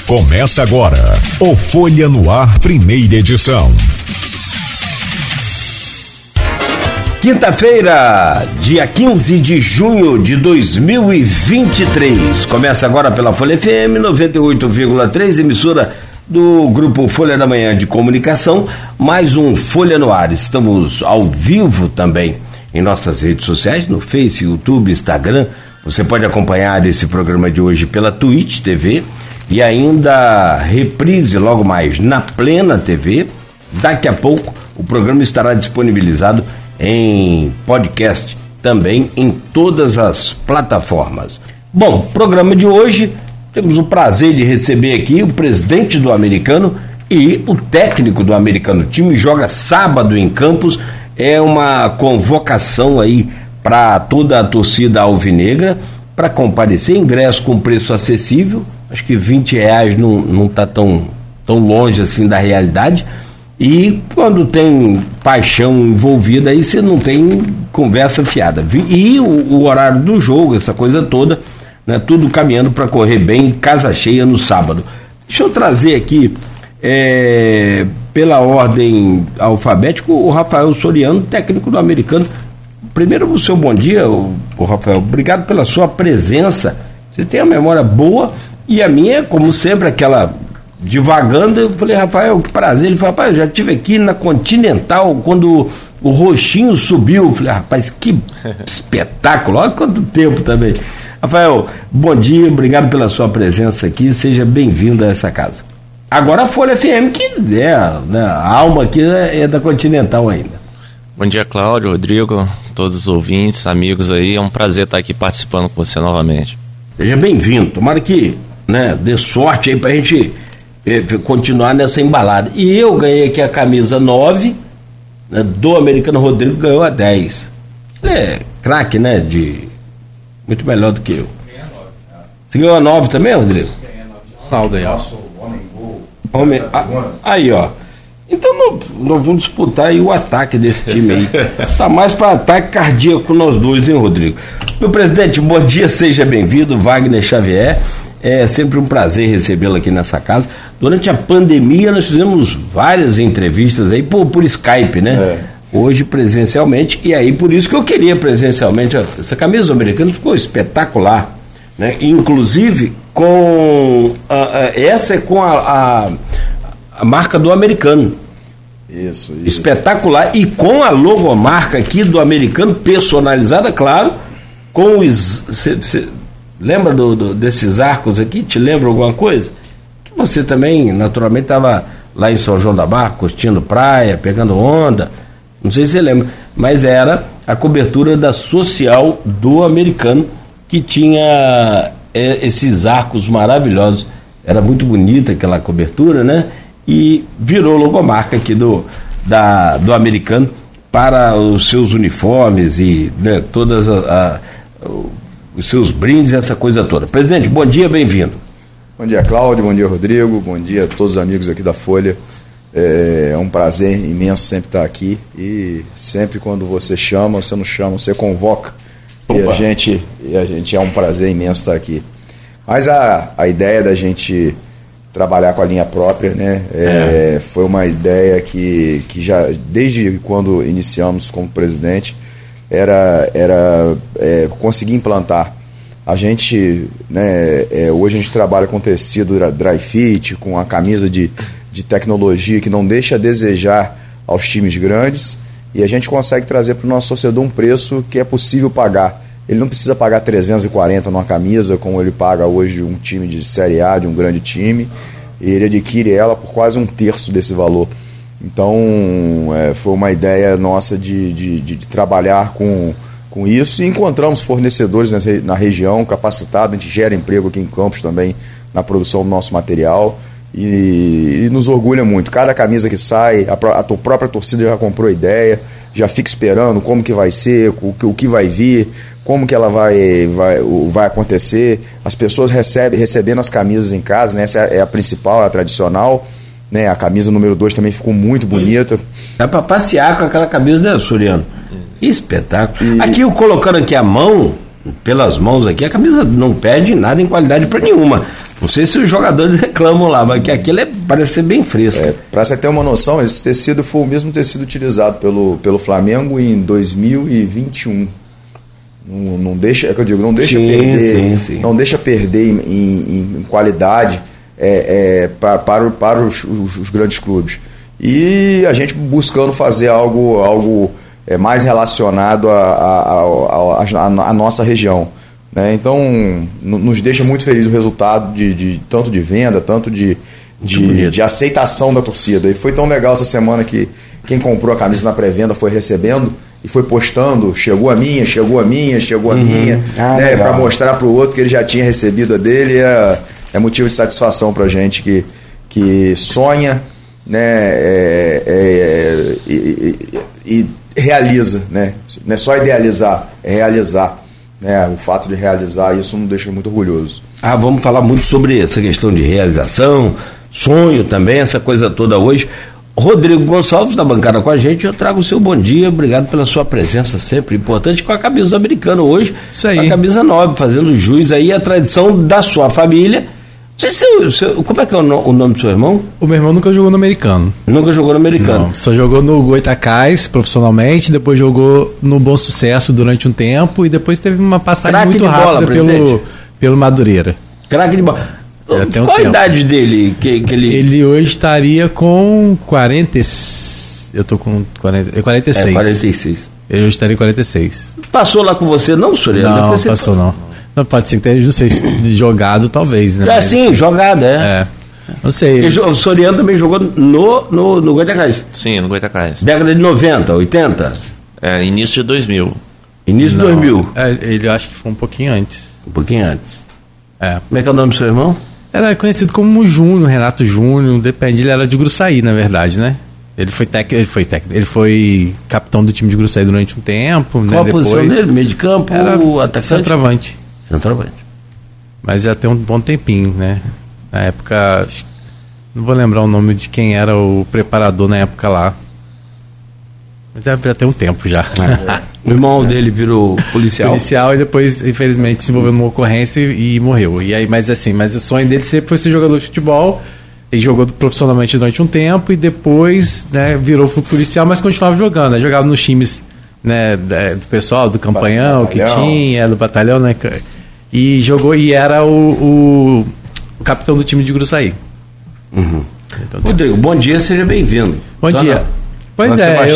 Começa agora o Folha no Ar, primeira edição. Quinta-feira, dia 15 de junho de 2023. Começa agora pela Folha FM 98,3, emissora do Grupo Folha da Manhã de Comunicação. Mais um Folha no Ar. Estamos ao vivo também em nossas redes sociais, no Face, YouTube, Instagram. Você pode acompanhar esse programa de hoje pela Twitch TV e ainda reprise logo mais na Plena TV. Daqui a pouco o programa estará disponibilizado em podcast também em todas as plataformas. Bom, programa de hoje temos o prazer de receber aqui o presidente do Americano e o técnico do Americano. O time joga sábado em Campos, é uma convocação aí para toda a torcida alvinegra para comparecer, ingresso com preço acessível, acho que R$20 não está tão longe assim da realidade. E quando tem paixão envolvida, aí você não tem conversa fiada. E o horário do jogo, essa coisa toda, né, tudo caminhando para correr bem, casa cheia no sábado. Deixa eu trazer aqui, pela ordem alfabética, o Rafael Soriano, técnico do Americano. Primeiro, o seu bom dia, o Rafael. Obrigado pela sua presença. Você tem a memória boa e a minha, como sempre, aquela divagando. Eu falei, Rafael, que prazer. Ele falou, rapaz, eu já estive aqui na Continental quando o Roxinho subiu. Eu falei, rapaz, que espetáculo. Olha quanto tempo também. Rafael, bom dia, obrigado pela sua presença aqui. Seja bem-vindo a essa casa. Agora a Folha FM, que né, a alma aqui é da Continental ainda. Bom dia, Cláudio, Rodrigo, todos os ouvintes, amigos aí. É um prazer estar aqui participando com você novamente. Seja bem-vindo. Tomara que, né, dê sorte aí pra gente continuar nessa embalada. E eu ganhei aqui a camisa 9, né, do Americano. Rodrigo ganhou a 10. É craque, né? Muito melhor do que eu. Você ganhou a 9 também, Rodrigo? Ganhei a 9. Aí, ó. Então nós vamos disputar aí o ataque desse time aí. Tá mais para ataque cardíaco nós dois, hein, Rodrigo? Meu presidente, bom dia, seja bem-vindo, Wagner Xavier. É sempre um prazer recebê-lo aqui nessa casa. Durante a pandemia nós fizemos várias entrevistas aí por Skype, né? Hoje presencialmente, e aí por isso que eu queria presencialmente. Essa camisa do Americano ficou espetacular, né? Inclusive essa é com a marca do Americano. Isso. Espetacular. E com a logomarca aqui do Americano, personalizada, claro, com os... Você lembra desses arcos aqui? Te lembra alguma coisa? Que você também, naturalmente, estava lá em São João da Barra, curtindo praia, pegando onda. Não sei se você lembra, mas era a cobertura da Social do Americano, que tinha esses arcos maravilhosos. Era muito bonita aquela cobertura, né? E virou logomarca aqui do Americano para os seus uniformes e, né, todas os seus brindes, essa coisa toda. Presidente, bom dia, bem-vindo. Bom dia, Cláudio, bom dia, Rodrigo, bom dia a todos os amigos aqui da Folha. É um prazer imenso sempre estar aqui e sempre quando você chama, você não chama, você convoca. E a gente é um prazer imenso estar aqui. Mas a ideia da gente trabalhar com a linha própria, né? Foi uma ideia que já, desde quando iniciamos como presidente, era conseguir implantar. A gente, né, hoje a gente trabalha com tecido dry fit, com a camisa de tecnologia que não deixa a desejar aos times grandes, e a gente consegue trazer para o nosso torcedor um preço que é possível pagar. Ele não precisa pagar 340 numa camisa, como ele paga hoje um time de Série A, de um grande time, e ele adquire ela por quase um terço desse valor. Então, foi uma ideia nossa de trabalhar com isso, e encontramos fornecedores na região, capacitados. A gente gera emprego aqui em Campos também, na produção do nosso material, e nos orgulha muito. Cada camisa que sai, a própria torcida já comprou a ideia, já fica esperando como que vai ser, o que vai vir, como que ela vai acontecer. As pessoas recebendo as camisas em casa, né? Essa é a principal, a tradicional, né? A camisa número 2 também ficou muito bonita. Dá para passear com aquela camisa, né, Soriano? Que espetáculo. Aqui, eu colocando aqui a mão, pelas mãos aqui, a camisa não perde nada em qualidade para nenhuma. Não sei se os jogadores reclamam lá, mas que aquilo parece ser bem fresco. Para você ter uma noção, esse tecido foi o mesmo tecido utilizado pelo Flamengo em 2021. Não deixa, é que eu digo, não deixa perder, sim. Não deixa perder em qualidade para os grandes clubes. E a gente buscando fazer algo mais relacionado à nossa região. Né? Então, nos deixa muito feliz o resultado tanto de venda, tanto de aceitação da torcida. E foi tão legal essa semana que quem comprou a camisa na pré-venda foi recebendo e foi postando, chegou a minha, né, para mostrar para o outro que ele já tinha recebido a dele. É motivo de satisfação para a gente que sonha, né, e realiza, né? Não é só idealizar, é realizar. O fato de realizar isso nos deixa muito orgulhoso. Vamos falar muito sobre essa questão de realização, sonho também, essa coisa toda hoje. Rodrigo Gonçalves, da bancada com a gente, eu trago o seu bom dia, obrigado pela sua presença sempre importante, com a camisa do americano hoje, isso aí. Com a camisa 9, fazendo jus aí à tradição da sua família. Como é que é o nome do seu irmão? O meu irmão nunca jogou no americano. Nunca jogou no americano? Não, só jogou no Goitacás profissionalmente, depois jogou no Bom Sucesso durante um tempo e depois teve uma passagem muito rápida pelo Madureira. Craque de bola. Qual a idade dele? Ele hoje estaria com 40. Eu tô com 46. 46. Ele hoje estaria em 46. Passou lá com você, não, Soriano? Não, passou não. Não pode ser que tenha jogado, talvez, né? Sim, jogado, Não sei. O Soriano também jogou no Goitacás. Sim, no Goitacás. Década de 90, 80? Início de 2000. Início de 2000. Ele acho que foi um pouquinho antes. Um pouquinho antes. Como é que é o nome do seu irmão? Era conhecido como Júnior, Renato Júnior, depende, ele era de Gruçaí, na verdade, né? Ele foi capitão do time de Gruçaí durante um tempo. Qual a posição dele? Meio de campo? Era atacante? Centroavante. Mas já tem um bom tempinho, né? Na época, não vou lembrar o nome de quem era o preparador na época lá. Mas já tem um tempo já. O irmão dele virou policial. E depois, infelizmente, se envolveu numa ocorrência e morreu. E aí, mas o sonho dele sempre foi ser jogador de futebol. Ele jogou profissionalmente durante um tempo e depois, né, virou policial, mas continuava jogando. Né? Jogava nos times, né, do pessoal, do Campanhão, que tinha, do batalhão, né? E jogou e era o capitão do time de Gruçaí. Uhum. Então, Rodrigo, bom dia, seja bem-vindo. Bom dia. Pois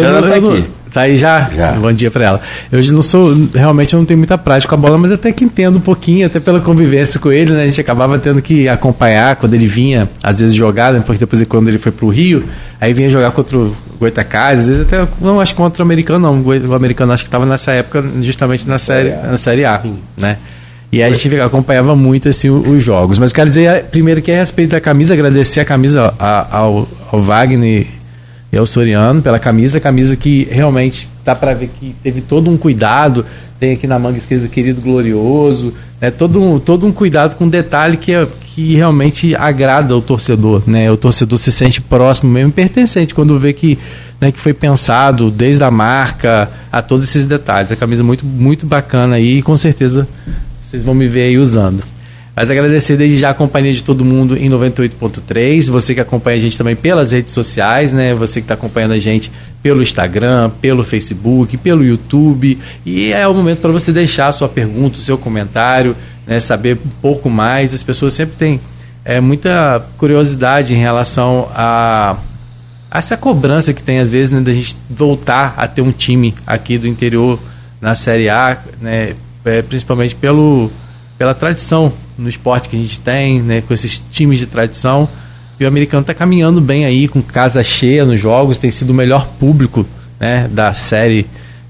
tá aí já? Bom dia pra ela. Eu realmente não tenho muita prática com a bola, mas até que entendo um pouquinho, até pela convivência com ele, né? A gente acabava tendo que acompanhar quando ele vinha, às vezes jogar, né? Porque depois quando ele foi pro Rio, aí vinha jogar contra o Goitacás, às vezes até, não acho que contra o americano não, o americano acho que estava nessa época justamente na série A, né? E a gente acompanhava muito assim, os jogos. Mas quero dizer, primeiro que a respeito da camisa, agradecer a camisa ao Wagner e ao Soriano pela camisa que realmente dá para ver que teve todo um cuidado, tem aqui na manga escrito querido glorioso, né? todo um cuidado com detalhe que realmente agrada o torcedor, né? O torcedor se sente próximo mesmo, pertencente, quando vê que, né, que foi pensado desde a marca a todos esses detalhes. A camisa muito, muito bacana aí, e com certeza vocês vão me ver aí usando. Mas agradecer desde já a companhia de todo mundo em 98.3, você que acompanha a gente também pelas redes sociais, né? Você que está acompanhando a gente pelo Instagram, pelo Facebook, pelo YouTube, e é o momento para você deixar a sua pergunta, o seu comentário, né? Saber um pouco mais. As pessoas sempre têm muita curiosidade em relação a essa cobrança que tem às vezes, né, da gente voltar a ter um time aqui do interior na Série A, né? Principalmente pela tradição no esporte que a gente tem, né, com esses times de tradição. E o americano está caminhando bem aí, com casa cheia nos jogos, tem sido o melhor público, né, da série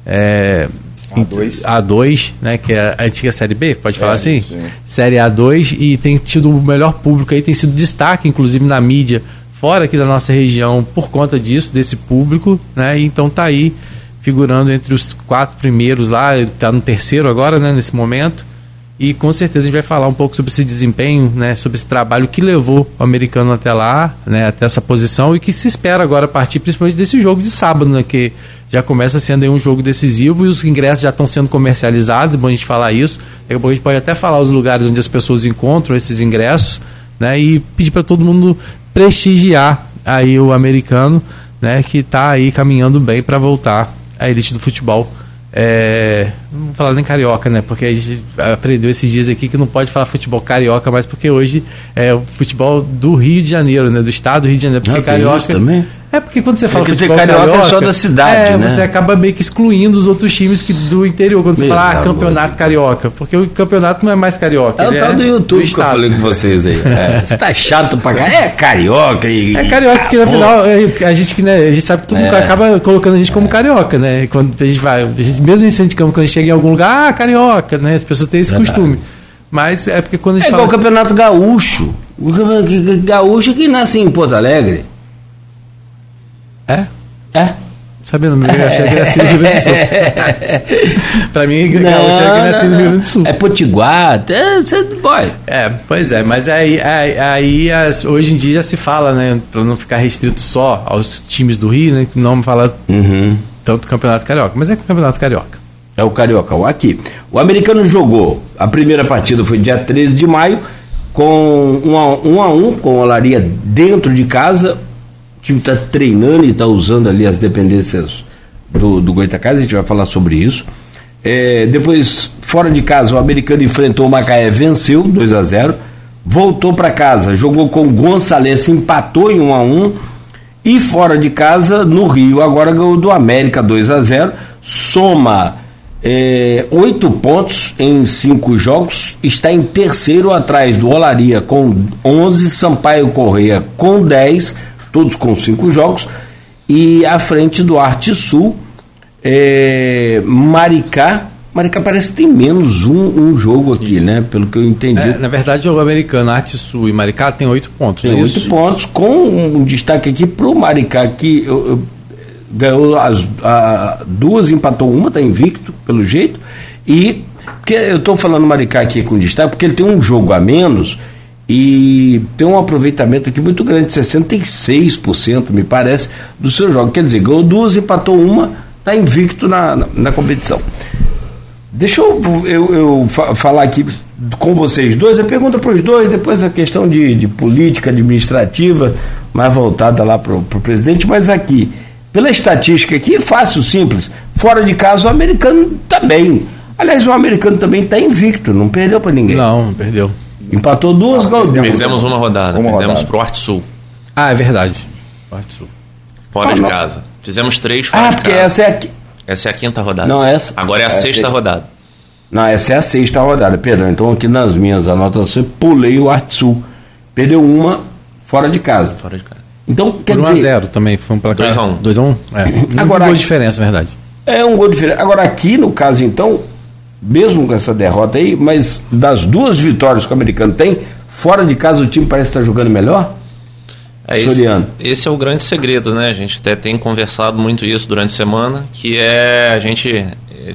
A2, né, que é a antiga série B, pode falar assim? Sim. Série A2, e tem tido o melhor público aí, tem sido destaque, inclusive na mídia, fora aqui da nossa região, por conta disso, desse público, né, e então tá aí, figurando entre os 4 primeiros lá, está no terceiro agora, né, nesse momento. E com certeza a gente vai falar um pouco sobre esse desempenho, né, sobre esse trabalho que levou o americano até lá, né, até essa posição, e que se espera agora a partir principalmente desse jogo de sábado, né, que já começa sendo aí um jogo decisivo e os ingressos já estão sendo comercializados. É bom a gente falar isso. Daqui a pouco a gente pode até falar os lugares onde as pessoas encontram esses ingressos, né? E pedir para todo mundo prestigiar aí o americano, né? Que está aí caminhando bem para voltar à elite do futebol. Não vou falar nem carioca, né? Porque a gente aprendeu esses dias aqui que não pode falar futebol carioca, mas porque hoje é o futebol do Rio de Janeiro, né? Do estado do Rio de Janeiro. Porque carioca isso também? Porque quando você fala futebol carioca é só da cidade, né? Você acaba meio que excluindo os outros times do interior quando você fala campeonato carioca, porque o campeonato não é mais carioca. É o tal do YouTube que eu falei com vocês aí. Você tá chato pra caralho. É carioca e... É carioca, porque no final a gente sabe que todo mundo acaba colocando a gente como carioca, né? Quando a gente vai, mesmo em centro de campo, quando a gente chega em algum lugar, carioca, né? As pessoas têm esse costume. Mas é porque quando a gente fala... igual o campeonato gaúcho. O gaúcho que nasce em Porto Alegre. Sabendo, eu achei que era assim no Rio Grande do Sul. Pra mim, gaúcho era que era assim no Rio Grande do Sul. É Potiguar, boy. Pois é, mas aí hoje em dia já se fala, né? Pra não ficar restrito só aos times do Rio, né? Que não fala tanto Campeonato Carioca, mas é Campeonato Carioca. É o Carioca, aqui. O americano jogou, a primeira partida foi dia 13 de maio, com 1-1 com o Olaria dentro de casa. O time está treinando e está usando ali as dependências do Goitacazes, a gente vai falar sobre isso. Depois, fora de casa, o americano enfrentou o Macaé, venceu 2-0, voltou para casa, jogou com o Gonçalves, empatou em 1-1, e fora de casa, no Rio, agora ganhou do América 2-0, soma 8 pontos em 5 jogos, está em terceiro atrás do Olaria com 11, Sampaio Correia com 10, todos com 5 jogos, e à frente do Arte Sul, Maricá parece que tem menos um jogo aqui, né? Pelo que eu entendi. Na verdade, o americano, Arte Sul e Maricá tem 8 pontos. Tem 8 pontos, com um destaque aqui para o Maricá, que ganhou as duas, empatou uma, está invicto, pelo jeito, e porque eu estou falando Maricá aqui com destaque, porque ele tem um jogo a menos, e tem um aproveitamento aqui muito grande, 66%, me parece, do seu jogo. Quer dizer, ganhou duas, empatou uma, está invicto na competição. Deixa eu falar aqui com vocês dois, a pergunta para os dois, depois a questão de política administrativa, mais voltada lá para o presidente, mas aqui, pela estatística aqui, fácil, simples, fora de casa o americano também. Aliás, o americano também está invicto, não perdeu para ninguém. Não perdeu. Empatou duas, perdemos uma rodada. Perdemos pro Arte Sul. É verdade. Arte Sul. Fora de casa. Fizemos 3 fora de porque casa. Essa é a quinta rodada. Não, essa. Agora é a sexta rodada. Não, essa é a sexta rodada, perdão. Então aqui nas minhas anotações, pulei o Arte Sul. Perdeu uma fora de casa. Fora de casa. Então, quer dizer... 1-0 também, foi um placar. 2-1. 2-1? Agora, um gol de diferença, na verdade. É um gol de diferença. Agora aqui, no caso, então, mesmo com essa derrota aí, mas das duas vitórias que o americano tem, fora de casa o time parece estar jogando melhor? Esse é o grande segredo, né? A gente até tem conversado muito isso durante a semana, que é a gente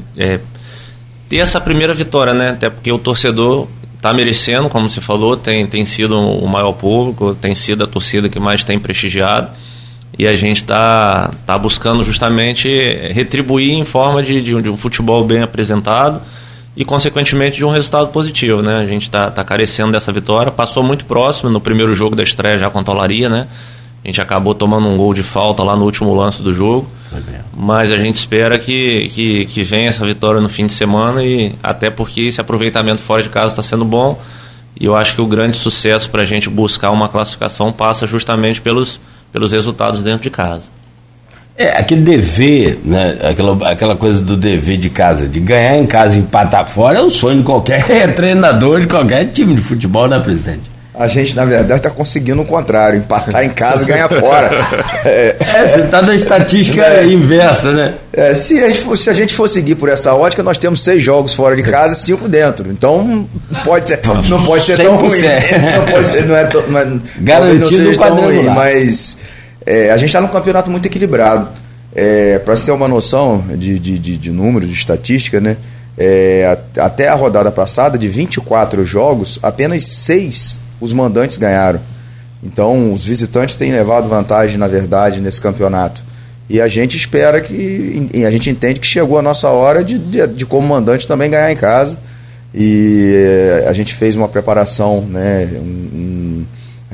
ter essa primeira vitória, né? Até porque o torcedor está merecendo, como você falou, tem sido o maior público, tem sido a torcida que mais tem prestigiado, e a gente está buscando justamente retribuir em forma de um futebol bem apresentado e, consequentemente, de um resultado positivo, né? A gente está carecendo dessa vitória, passou muito próximo no primeiro jogo da estreia já contra a Olaria, né? A gente acabou tomando um gol de falta lá no último lance do jogo, mas a gente espera que venha essa vitória no fim de semana, e até porque esse aproveitamento fora de casa está sendo bom, e eu acho que o grande sucesso para a gente buscar uma classificação passa justamente pelos resultados dentro de casa. Aquele dever, né? Aquela coisa do dever de casa, de ganhar em casa e empatar fora, é o sonho de qualquer treinador, de qualquer time de futebol, né, presidente? A gente, na verdade, está conseguindo o contrário, empatar em casa e ganhar fora. Você está na estatística inversa, né? Se a gente for seguir por essa ótica, nós temos 6 jogos fora de casa e 5 dentro. Então, não pode ser tão ruim. Não pode ser, não é garantido não seja tão ruim, mas a gente está num campeonato muito equilibrado. Para você ter uma noção de número, de estatística, né? Até a rodada passada, de 24 jogos, apenas 6 os mandantes ganharam. Então, os visitantes têm levado vantagem, na verdade, nesse campeonato. E a gente espera a gente entende que chegou a nossa hora de como mandante também ganhar em casa. E a gente fez uma preparação, né,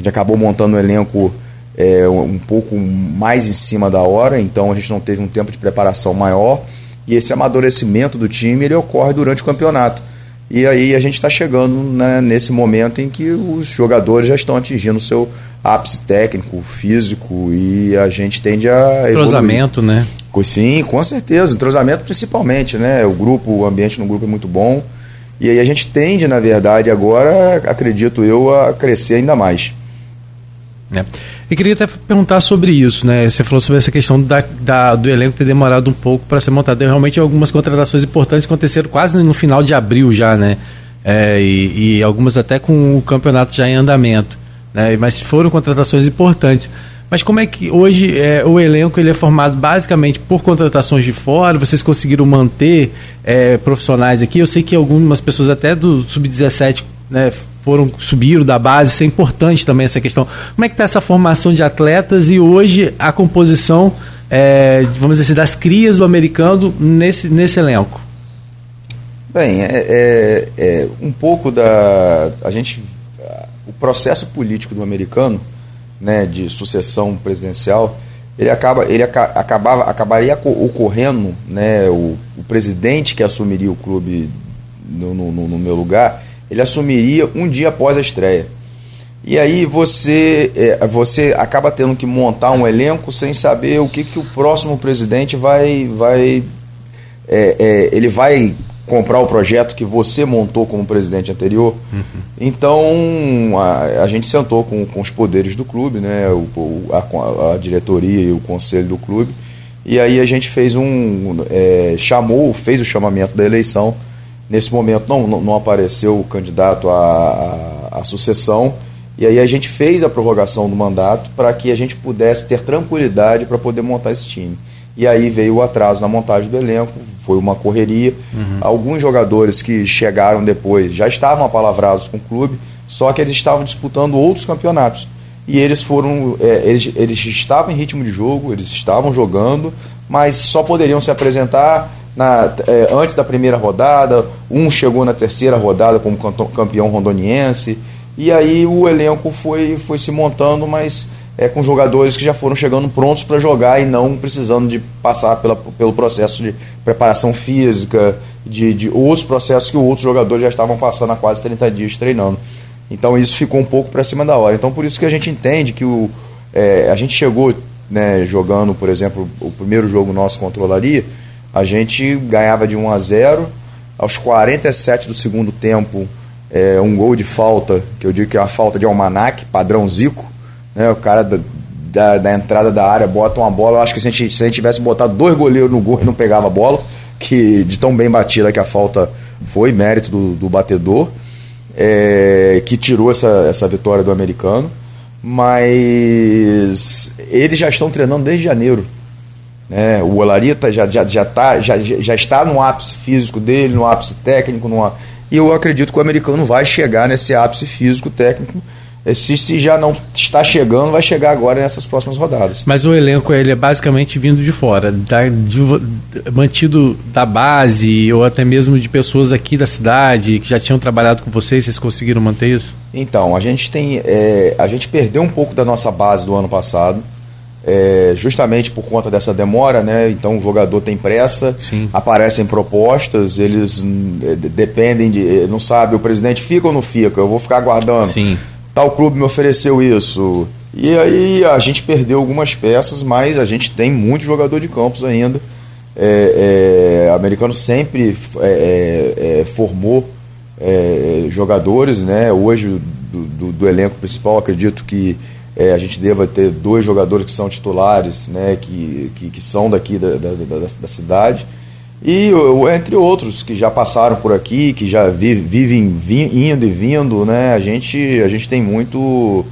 gente acabou montando um elenco um pouco mais em cima da hora, então a gente não teve um tempo de preparação maior, e esse amadurecimento do time ele ocorre durante o campeonato. E aí a gente está chegando, né, nesse momento em que os jogadores já estão atingindo o seu ápice técnico, físico, e a gente tende a entrosamento, né? Sim, com certeza, entrosamento principalmente, né? O ambiente no grupo é muito bom, e aí a gente tende, na verdade, agora, acredito eu, a crescer ainda mais. Eu queria até perguntar sobre isso, né? Você falou sobre essa questão do elenco ter demorado um pouco para ser montado. Realmente algumas contratações importantes aconteceram quase no final de abril já, né? E algumas até com o campeonato já em andamento, né? Mas foram contratações importantes. Mas como é que hoje o elenco ele é formado basicamente por contratações de fora? Vocês conseguiram manter profissionais aqui? Eu sei que algumas pessoas até do Sub-17, né, subiram da base, isso é importante também essa questão. Como é que está essa formação de atletas e hoje a composição, vamos dizer assim, das crias do americano nesse elenco? Bem, um pouco o processo político do americano, né, de sucessão presidencial, ele acabaria ocorrendo, né, o presidente que assumiria o clube no meu lugar, ele assumiria um dia após a estreia. E aí você acaba tendo que montar um elenco sem saber o que o próximo presidente ele vai comprar o projeto que você montou como presidente anterior. Uhum. Então a gente sentou com os poderes do clube, né, a diretoria e o conselho do clube, e aí a gente fez fez o chamamento da eleição. Nesse momento não apareceu o candidato à sucessão, e aí a gente fez a prorrogação do mandato para que a gente pudesse ter tranquilidade para poder montar esse time. E aí veio o atraso na montagem do elenco, foi uma correria. Uhum. Alguns jogadores que chegaram depois já estavam apalavrados com o clube, só que eles estavam disputando outros campeonatos. E eles eles estavam em ritmo de jogo, eles estavam jogando, mas só poderiam se apresentar antes da primeira rodada. Um chegou na terceira rodada como campeão rondoniense, e aí o elenco foi se montando, mas com jogadores que já foram chegando prontos para jogar e não precisando de passar pelo processo de preparação física, de outros processos que outros jogadores já estavam passando há quase 30 dias treinando. Então isso ficou um pouco para cima da hora. Então por isso que a gente entende que a gente chegou, né, jogando, por exemplo, o primeiro jogo nosso contra o Olaria, a gente ganhava de 1-0, aos 47 do segundo tempo, um gol de falta, que eu digo que é uma falta de almanaque, padrão Zico, né? O cara da entrada da área bota uma bola, eu acho que se a gente tivesse botado 2 goleiros no gol, ele não pegava a bola, que de tão bem batida que a falta foi, mérito do batedor, que tirou essa vitória do americano, mas eles já estão treinando desde janeiro. O Olaria já está no ápice físico dele, no ápice técnico, e eu acredito que o americano vai chegar nesse ápice físico técnico. Se já não está chegando, vai chegar agora nessas próximas rodadas. Mas o elenco ele é basicamente vindo de fora, mantido da base ou até mesmo de pessoas aqui da cidade que já tinham trabalhado com vocês conseguiram manter isso? Então, a gente perdeu um pouco da nossa base do ano passado, justamente por conta dessa demora, né? Então o jogador tem pressa. Sim. Aparecem propostas, eles dependem não sabe, o presidente fica ou não fica, eu vou ficar aguardando. Sim. Tal clube me ofereceu isso. E aí a gente perdeu algumas peças, mas a gente tem muito jogador de campos ainda. O americano sempre formou jogadores, né? Hoje do elenco principal, acredito que a gente deva ter 2 jogadores que são titulares, né, que são daqui da cidade, e entre outros que já passaram por aqui, que já vivem indo e vindo, né? A gente tem muito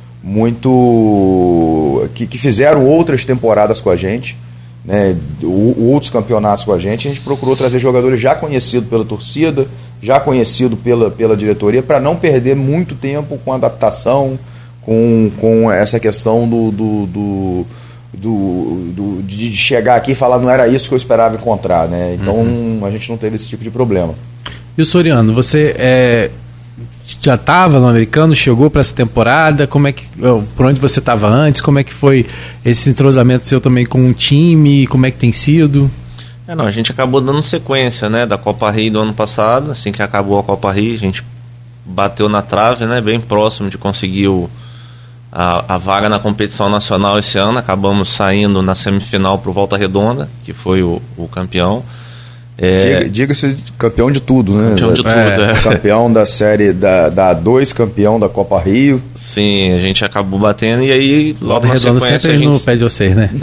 que fizeram outras temporadas com a gente, né, outros campeonatos com a gente procurou trazer jogadores já conhecidos pela torcida, já conhecidos pela diretoria, para não perder muito tempo com adaptação, com essa questão de chegar aqui e falar não era isso que eu esperava encontrar, né? Então a gente não teve esse tipo de problema. E o Soriano, você já estava no americano, chegou para essa temporada? Como é que, por onde você estava antes? Como é que foi esse entrosamento seu também com o time? Como é que tem sido? A gente acabou dando sequência, né, da Copa Rio do ano passado. Assim que acabou a Copa Rio, a gente bateu na trave, né, bem próximo de conseguir a vaga na competição nacional esse ano. Acabamos saindo na semifinal para o Volta Redonda, que foi o campeão. Diga-se campeão de tudo, né? Campeão de tudo, Campeão da série da A2, campeão da Copa Rio. Sim, a gente acabou batendo e aí logo na sequência sempre a gente... no pé de vocês, né?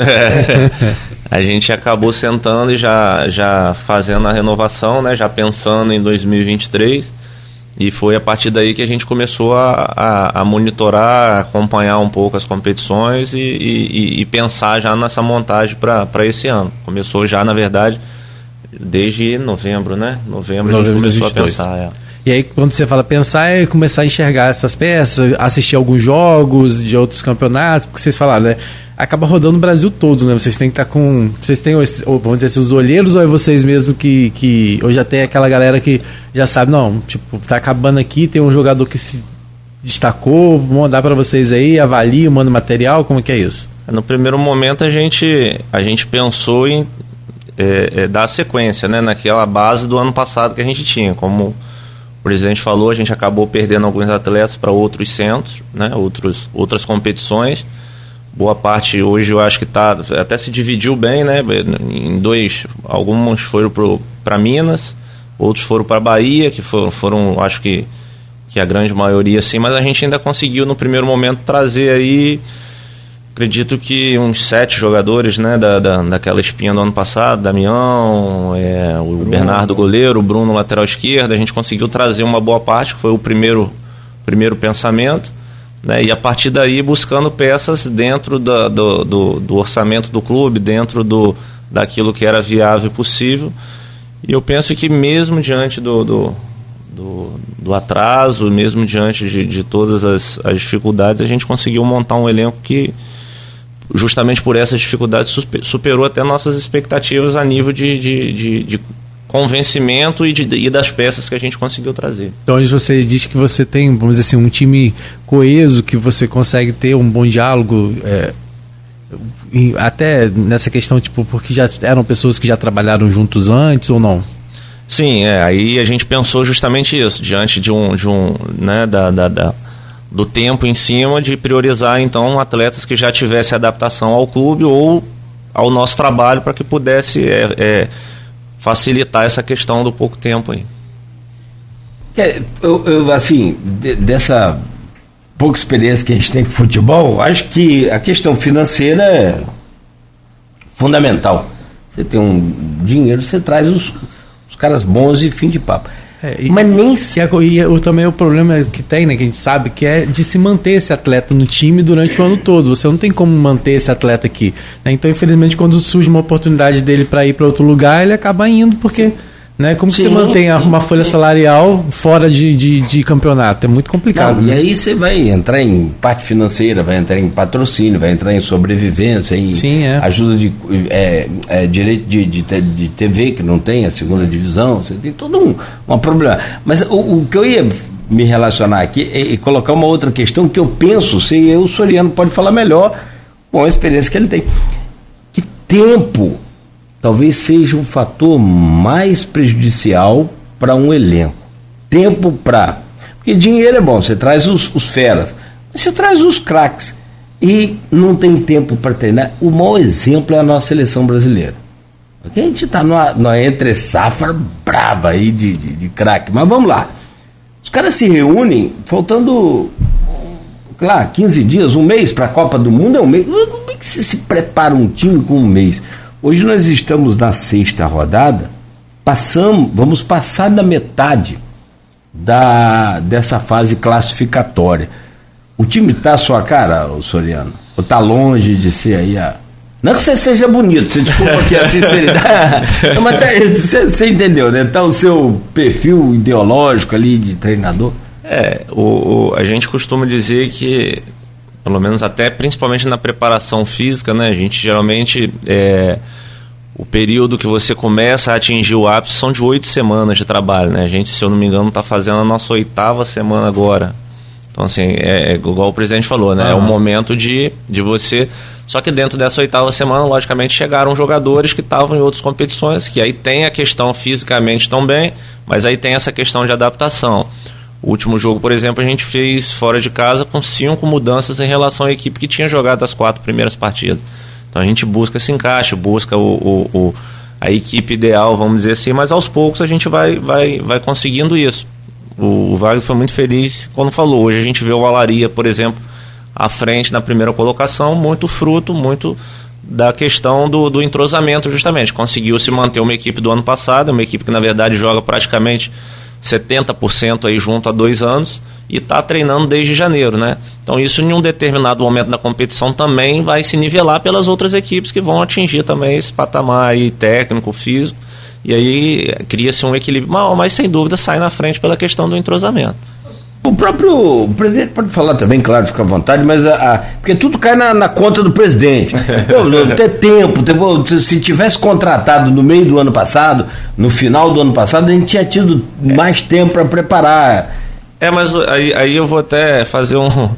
A gente acabou sentando e já fazendo a renovação, né? Já pensando em 2023. E foi a partir daí que a gente começou a monitorar, acompanhar um pouco as competições e pensar já nessa montagem para esse ano. Começou já, na verdade, desde novembro, né? Novembro a gente começou a pensar. E aí, quando você fala pensar, é começar a enxergar essas peças, assistir alguns jogos de outros campeonatos, porque vocês falaram, né? Acaba rodando o Brasil todo, né? Vocês têm que estar com... Vocês têm, vamos dizer assim, os olheiros, ou é vocês mesmo que hoje já tem aquela galera que já sabe, não, tipo, tá acabando aqui, tem um jogador que se destacou, vou mandar para vocês aí, avalio, manda material, como que é isso? No primeiro momento a gente pensou em dar sequência, né? Naquela base do ano passado que a gente tinha. Como o presidente falou, a gente acabou perdendo alguns atletas para outros centros, né? Outras competições. Boa parte hoje eu acho que até se dividiu bem, né? Em dois, alguns foram para Minas, outros foram para Bahia, que foram acho que a grande maioria sim, mas a gente ainda conseguiu no primeiro momento trazer aí, acredito que uns 7 jogadores, né? Daquela espinha do ano passado, Damião, o Bernardo goleiro, o Bruno lateral esquerdo. A gente conseguiu trazer uma boa parte, que foi o primeiro pensamento. Né, e a partir daí buscando peças dentro do orçamento do clube, dentro daquilo que era viável e possível. E eu penso que mesmo diante do atraso, mesmo diante de todas as dificuldades, a gente conseguiu montar um elenco que, justamente por essas dificuldades, superou até nossas expectativas a nível de convencimento e das peças que a gente conseguiu trazer. Então hoje você diz que você tem, vamos dizer assim, um time coeso, que você consegue ter um bom diálogo, até nessa questão, tipo, porque já eram pessoas que já trabalharam juntos antes ou não? Sim, aí a gente pensou justamente isso, diante de um né, do tempo em cima, de priorizar então atletas que já tivessem adaptação ao clube ou ao nosso trabalho, para que pudesse facilitar essa questão do pouco tempo aí. Assim, dessa pouca experiência que a gente tem com futebol, acho que a questão financeira é fundamental. Você tem um dinheiro, você traz os caras bons e fim de papo. Mas nem também o problema que tem, né, que a gente sabe, que é de se manter esse atleta no time durante o ano todo. Você não tem como manter esse atleta aqui, né? Então, infelizmente, quando surge uma oportunidade dele para ir para outro lugar, ele acaba indo, porque, né, como que você mantém uma folha salarial fora de campeonato? É muito complicado. Né? E aí você vai entrar em parte financeira, vai entrar em patrocínio, vai entrar em sobrevivência, em ajuda de direito de TV, que não tem a segunda divisão. Você tem todo um problema. Mas o que eu ia me relacionar aqui é colocar uma outra questão que eu penso, o Soriano pode falar melhor com a experiência que ele tem. Que tempo talvez seja um fator mais prejudicial para um elenco. Tempo para... Porque dinheiro é bom, você traz os feras, mas você traz os craques e não tem tempo para treinar. O mau exemplo é a nossa seleção brasileira. Porque a gente está numa entre-safra brava aí de craque. Mas vamos lá. Os caras se reúnem faltando, claro, 15 dias, um mês para a Copa do Mundo é um mês. Como é que você se prepara um time com um mês? Hoje nós estamos na 6ª rodada, vamos passar da metade dessa fase classificatória. O time está à sua cara, o Soriano? Ou está longe de ser aí Não que você seja bonito, você desculpa aqui a sinceridade, mas você entendeu, né? Está o seu perfil ideológico ali de treinador? A gente costuma dizer que, pelo menos até principalmente na preparação física, né, a gente geralmente o período que você começa a atingir o ápice são de 8 semanas de trabalho, né? A gente, se eu não me engano, está fazendo a nossa 8ª semana agora. Então, assim, é igual o presidente falou, né? É o momento de você... Só que dentro dessa 8ª semana, logicamente, chegaram jogadores que estavam em outras competições, que aí tem a questão fisicamente também, mas aí tem essa questão de adaptação. O último jogo, por exemplo, a gente fez fora de casa com 5 mudanças em relação à equipe que tinha jogado as 4 primeiras partidas. Então a gente busca esse encaixe, busca a equipe ideal, vamos dizer assim, mas aos poucos a gente vai conseguindo isso. O Wagner foi muito feliz quando falou. Hoje a gente vê o Alaria, por exemplo, à frente na primeira colocação, muito fruto, muito da questão do entrosamento, justamente. Conseguiu se manter uma equipe do ano passado, uma equipe que na verdade joga praticamente 70% aí junto há 2 anos e está treinando desde janeiro, né? Então isso em um determinado momento da competição também vai se nivelar pelas outras equipes que vão atingir também esse patamar aí técnico, físico, e aí cria-se um equilíbrio maior, mas sem dúvida sai na frente pela questão do entrosamento. O próprio presidente pode falar também, claro, fica à vontade, mas porque tudo cai na conta do presidente. Não tem tempo, se tivesse contratado no meio do ano passado, no final do ano passado, a gente tinha tido mais tempo para preparar. Mas aí eu vou até fazer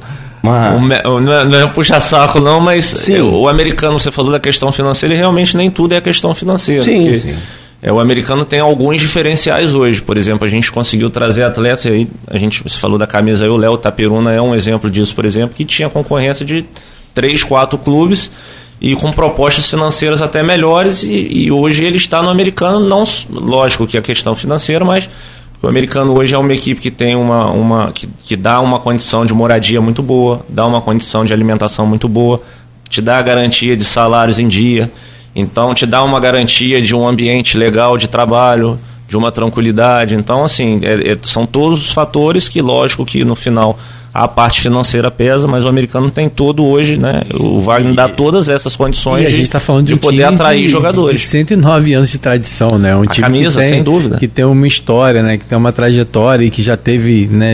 não é puxa-saco não, mas o americano, você falou da questão financeira, e realmente nem tudo é a questão financeira. Sim. O americano tem alguns diferenciais hoje. Por exemplo, a gente conseguiu trazer atletas, aí você falou da camisa aí, o Léo Tapiruna é um exemplo disso, por exemplo, que tinha concorrência de 3, 4 clubes e com propostas financeiras até melhores, e hoje ele está no americano, não, lógico que a questão financeira, mas o americano hoje é uma equipe que tem que dá uma condição de moradia muito boa, dá uma condição de alimentação muito boa, te dá a garantia de salários em dia. Então te dá uma garantia de um ambiente legal de trabalho, de uma tranquilidade. Então, assim, são todos os fatores que, lógico que no final a parte financeira pesa, mas o americano tem todo hoje, né? O Wagner dá todas essas condições a gente tá falando de poder atrair jogadores. De 109 anos de tradição, né? Um time camisa, sem dúvida, que tem uma história, né? Que tem uma trajetória e que já teve, né?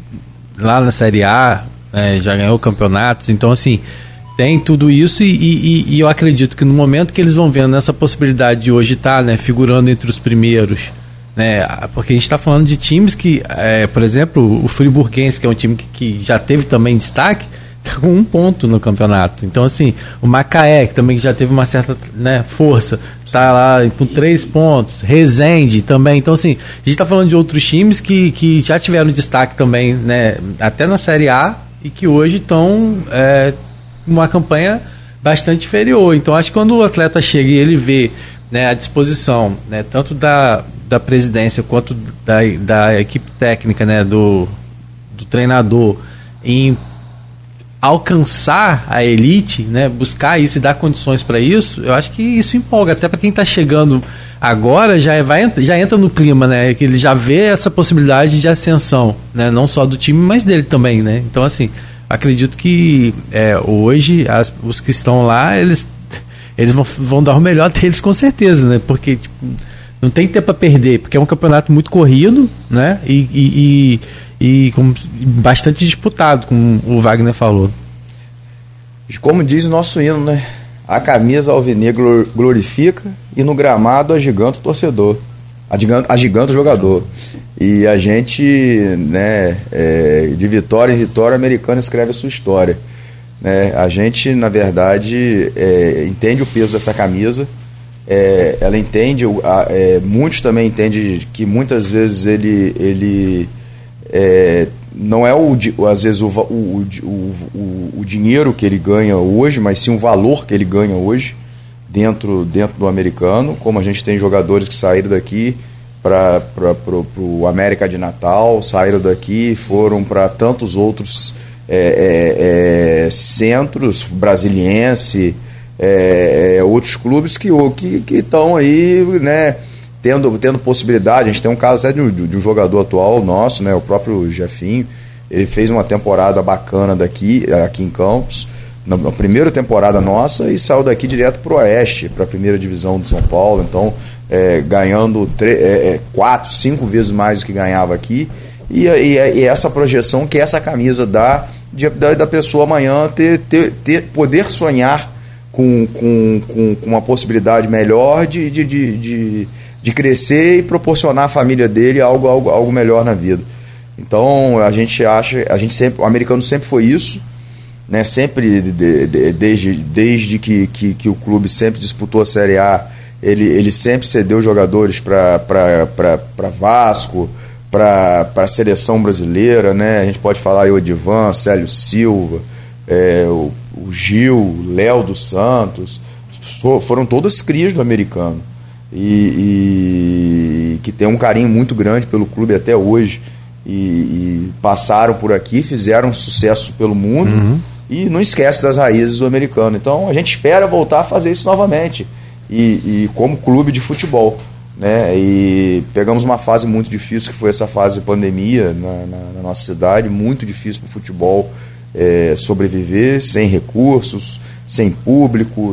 Lá na Série A, né? Já ganhou campeonatos. Então, assim, tem tudo isso e eu acredito que no momento que eles vão vendo essa possibilidade de hoje estar, né, figurando entre os primeiros, né, porque a gente está falando de times que, por exemplo, o Friburguense, que é um time que já teve também destaque, está com 1 ponto no campeonato. Então, assim, o Macaé, que também já teve uma certa, né, força, está lá com 3 pontos, Resende também. Então, assim, a gente está falando de outros times que já tiveram destaque também, né, até na Série A, e que hoje estão uma campanha bastante inferior. Então acho que quando o atleta chega e ele vê, né, a disposição, né, tanto da presidência quanto da equipe técnica, né, do treinador em alcançar a elite, né, buscar isso e dar condições para isso, eu acho que isso empolga, até para quem está chegando agora já entra no clima, né, que ele já vê essa possibilidade de ascensão, né, não só do time, mas dele também, né. Então, assim, acredito que hoje os que estão lá, eles vão dar o melhor deles com certeza, né? Porque não tem tempo para perder, porque é um campeonato muito corrido, né? E bastante disputado, como o Wagner falou. Como diz o nosso hino, né? A camisa alvinegra glorifica e no gramado agiganta o torcedor, agiganta o jogador. E a gente, né, de vitória em vitória, americano escreve a sua história, né? A gente, na verdade, entende o peso dessa camisa, ela entende, muitos também entendem que muitas vezes ele não é às vezes o dinheiro que ele ganha hoje, mas sim o valor que ele ganha hoje dentro do americano, como a gente tem jogadores que saíram daqui para o América de Natal, saíram daqui, foram para tantos outros centros, Brasiliense, outros clubes que estão aí, né, tendo possibilidade. A gente tem um caso até de um jogador atual nosso, né, o próprio Jefinho. Ele fez uma temporada bacana aqui em Campos, na primeira temporada nossa, e saiu daqui direto para o Oeste, para a primeira divisão de São Paulo. Então, ganhando 4, 5 vezes mais do que ganhava aqui, e essa projeção que essa camisa dá da pessoa amanhã poder sonhar com uma possibilidade melhor de crescer e proporcionar à família dele algo melhor na vida. Então o americano sempre foi isso, né? Sempre desde que o clube sempre disputou a Série A, ele sempre cedeu jogadores para Vasco, para a seleção brasileira, né? A gente pode falar aí o Edivan, Célio Silva, o Gil, o Léo dos Santos, foram todas crias do americano e que tem um carinho muito grande pelo clube até hoje e passaram por aqui, fizeram sucesso pelo mundo e não esquece das raízes do americano. Então a gente espera voltar a fazer isso novamente e como clube de futebol, né? E pegamos uma fase muito difícil, que foi essa fase de pandemia na nossa cidade, muito difícil para o futebol sobreviver, sem recursos, sem público,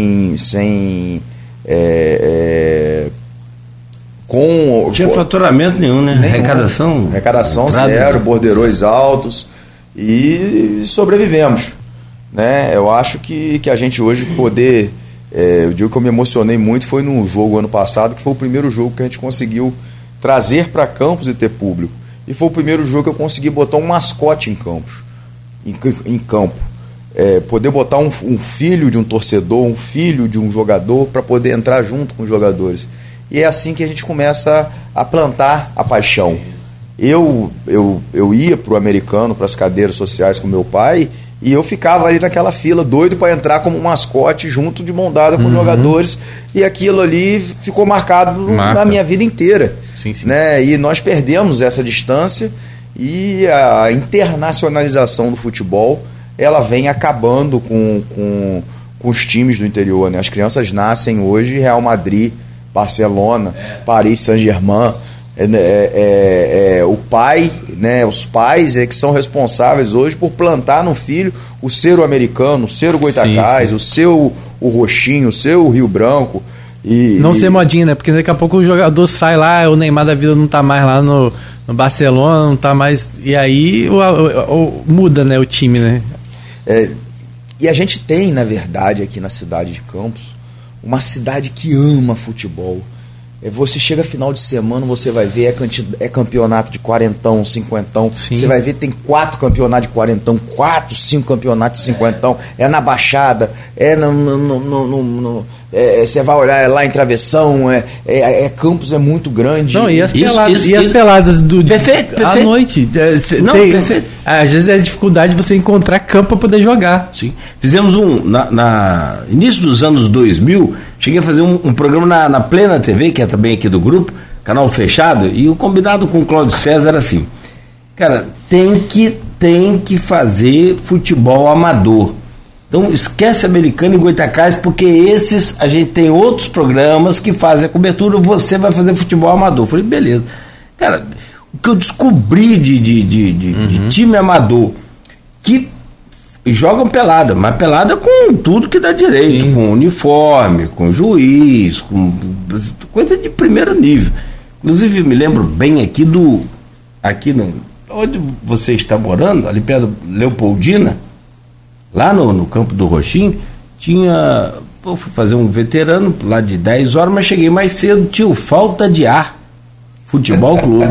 não tinha faturamento nenhum, né? Arrecadação zero, borderões altos, e sobrevivemos, né? Eu acho que a gente hoje poder... o dia que eu me emocionei muito foi num jogo ano passado, que foi o primeiro jogo que a gente conseguiu trazer para Campos e ter público. E foi o primeiro jogo que eu consegui botar um mascote em Campos, em campo. Poder botar um filho de um torcedor, um filho de um jogador, para poder entrar junto com os jogadores. E é assim que a gente começa a plantar a paixão. Eu ia para o americano, para as cadeiras sociais com meu pai, e eu ficava ali naquela fila, doido para entrar como mascote junto de mão dada com os jogadores, e aquilo ali ficou marcado na minha vida inteira. Sim, sim. Né? E nós perdemos essa distância, e a internacionalização do futebol, ela vem acabando com os times do interior, né? As crianças nascem hoje Real Madrid, Barcelona, Paris Saint-Germain. O pai, né, os pais que são responsáveis hoje por plantar no filho o ser o americano, o ser o Goitacás, o Roxinho, o seu Rio Branco. Não ser modinha, né? Porque daqui a pouco o jogador sai lá, o Neymar da vida não tá mais lá no Barcelona, não tá mais... E aí muda, né, o time, né? E a gente tem, na verdade, aqui na cidade de Campos, uma cidade que ama futebol. Você chega final de semana, você vai ver, é campeonato de 40, 50. Sim. Você vai ver, tem 4 campeonatos de 40, 4, 5 campeonatos de 50. É na Baixada, você vai olhar lá em Travessão, Campos é muito grande. Não, e as peladas do perfeito. À noite. Perfeito. Às vezes é dificuldade de você encontrar campo para poder jogar. Sim. Fizemos na início dos anos 2000, cheguei a fazer um programa na Plena TV, que é também aqui do grupo, canal fechado, e o combinado com o Cláudio César era assim: cara, tem que fazer futebol amador. Então esquece Americano e Goitacás, porque esses a gente tem outros programas que fazem a cobertura, você vai fazer futebol amador. Eu falei, beleza. Cara, o que eu descobri de time amador que jogam pelada, mas pelada com tudo que dá direito. Sim. Com uniforme, com juiz, com coisa de primeiro nível. Inclusive me lembro bem aqui onde você está morando, ali perto do Leopoldina, lá no campo do Roxinho, tinha... fui fazer um veterano lá de 10 horas, mas cheguei mais cedo, tinha o Falta de Ar Futebol Clube.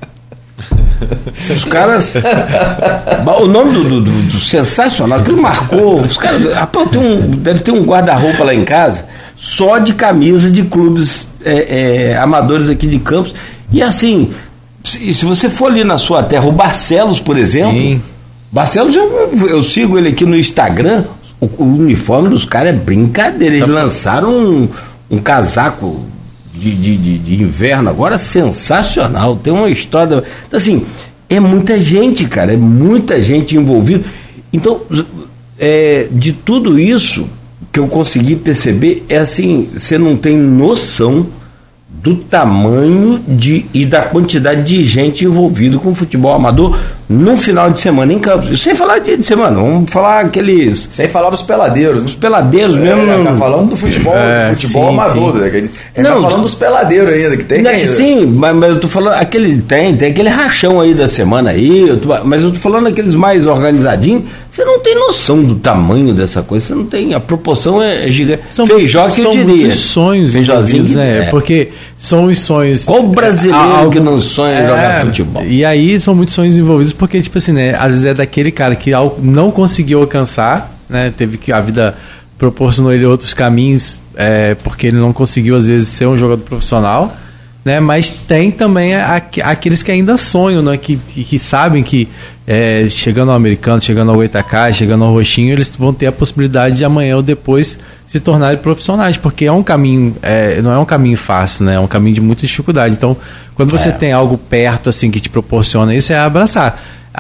Os caras... o nome do sensacional, aquilo marcou. Os caras... deve ter um guarda-roupa lá em casa, só de camisa de clubes amadores aqui de Campos. E assim, se você for ali na sua terra, o Barcelos, por exemplo... Sim. Barcelos, eu sigo ele aqui no Instagram, o uniforme dos caras é brincadeira. Eles lançaram um casaco de inverno agora sensacional, tem uma história. Então, assim, é muita gente, cara, é muita gente envolvida. Então, de tudo isso que eu consegui perceber, é assim, você não tem noção do tamanho e da quantidade de gente envolvida com futebol amador no final de semana em Campos. Sem falar dia de semana, vamos falar aqueles... Sem falar dos peladeiros. Os peladeiros mesmo. Tá falando do futebol, futebol sim, amador. Sim. Tá falando dos peladeiros ainda, que tem... Sim, mas eu tô falando, tem aquele rachão aí da semana aí, mas eu tô falando aqueles mais organizadinhos, você não tem noção do tamanho dessa coisa, você não tem, a proporção é gigante. Feijó que eu diria. São sonhos envolvidos, porque são os sonhos... Qual brasileiro que não sonha jogar futebol? E aí são muitos sonhos envolvidos, porque, tipo assim, né, às vezes é daquele cara que não conseguiu alcançar, né, teve que a vida proporcionou ele outros caminhos, porque ele não conseguiu, às vezes, ser um jogador profissional, né, mas tem também aqueles que ainda sonham, né, que sabem que chegando ao Americano, chegando ao Goitacás, chegando ao Roxinho, eles vão ter a possibilidade de amanhã ou depois se tornarem profissionais, porque é um caminho, não é um caminho fácil, né? É um caminho de muita dificuldade. Então, quando você tem algo perto assim que te proporciona isso, é abraçar.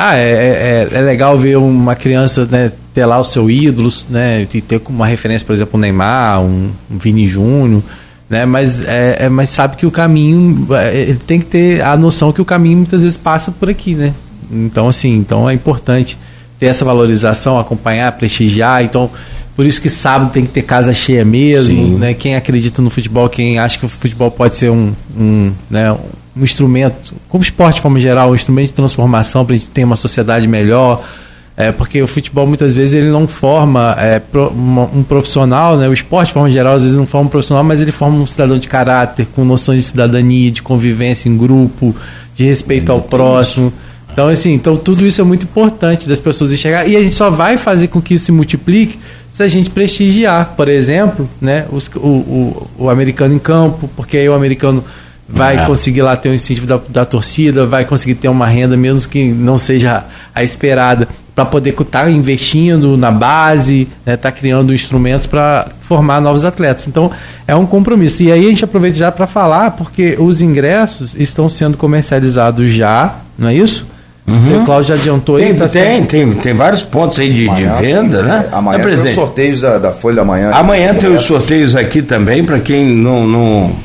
É legal ver uma criança, né, ter lá o seu ídolo, né, e ter como uma referência, por exemplo, o Neymar, um Vini Júnior, né? Mas sabe que o caminho, ele tem que ter a noção que o caminho muitas vezes passa por aqui, né? Então, assim, é importante ter essa valorização, acompanhar, prestigiar. Então, por isso que sábado tem que ter casa cheia mesmo, né? Quem acredita no futebol, quem acha que o futebol pode ser um instrumento, como esporte de forma geral, um instrumento de transformação para a gente ter uma sociedade melhor, porque o futebol muitas vezes ele não forma um profissional, né? O esporte de forma geral às vezes não forma um profissional, mas ele forma um cidadão de caráter, com noções de cidadania, de convivência em grupo, de respeito ao próximo. Então, assim, tudo isso é muito importante das pessoas enxergar, e a gente só vai fazer com que isso se multiplique se a gente prestigiar, por exemplo, né, o americano em campo, porque aí o americano vai conseguir lá ter um incentivo da torcida, vai conseguir ter uma renda, mesmo que não seja a esperada, para poder estar investindo na base, né, estar criando instrumentos para formar novos atletas. Então, é um compromisso. E aí a gente aproveita já para falar, porque os ingressos estão sendo comercializados já, não é isso? O seu Cláudio já adiantou aí? Tem vários pontos aí de venda, né? Amanhã tem os sorteios da Folha da Manhã. Amanhã tem os sorteios aqui também, para quem não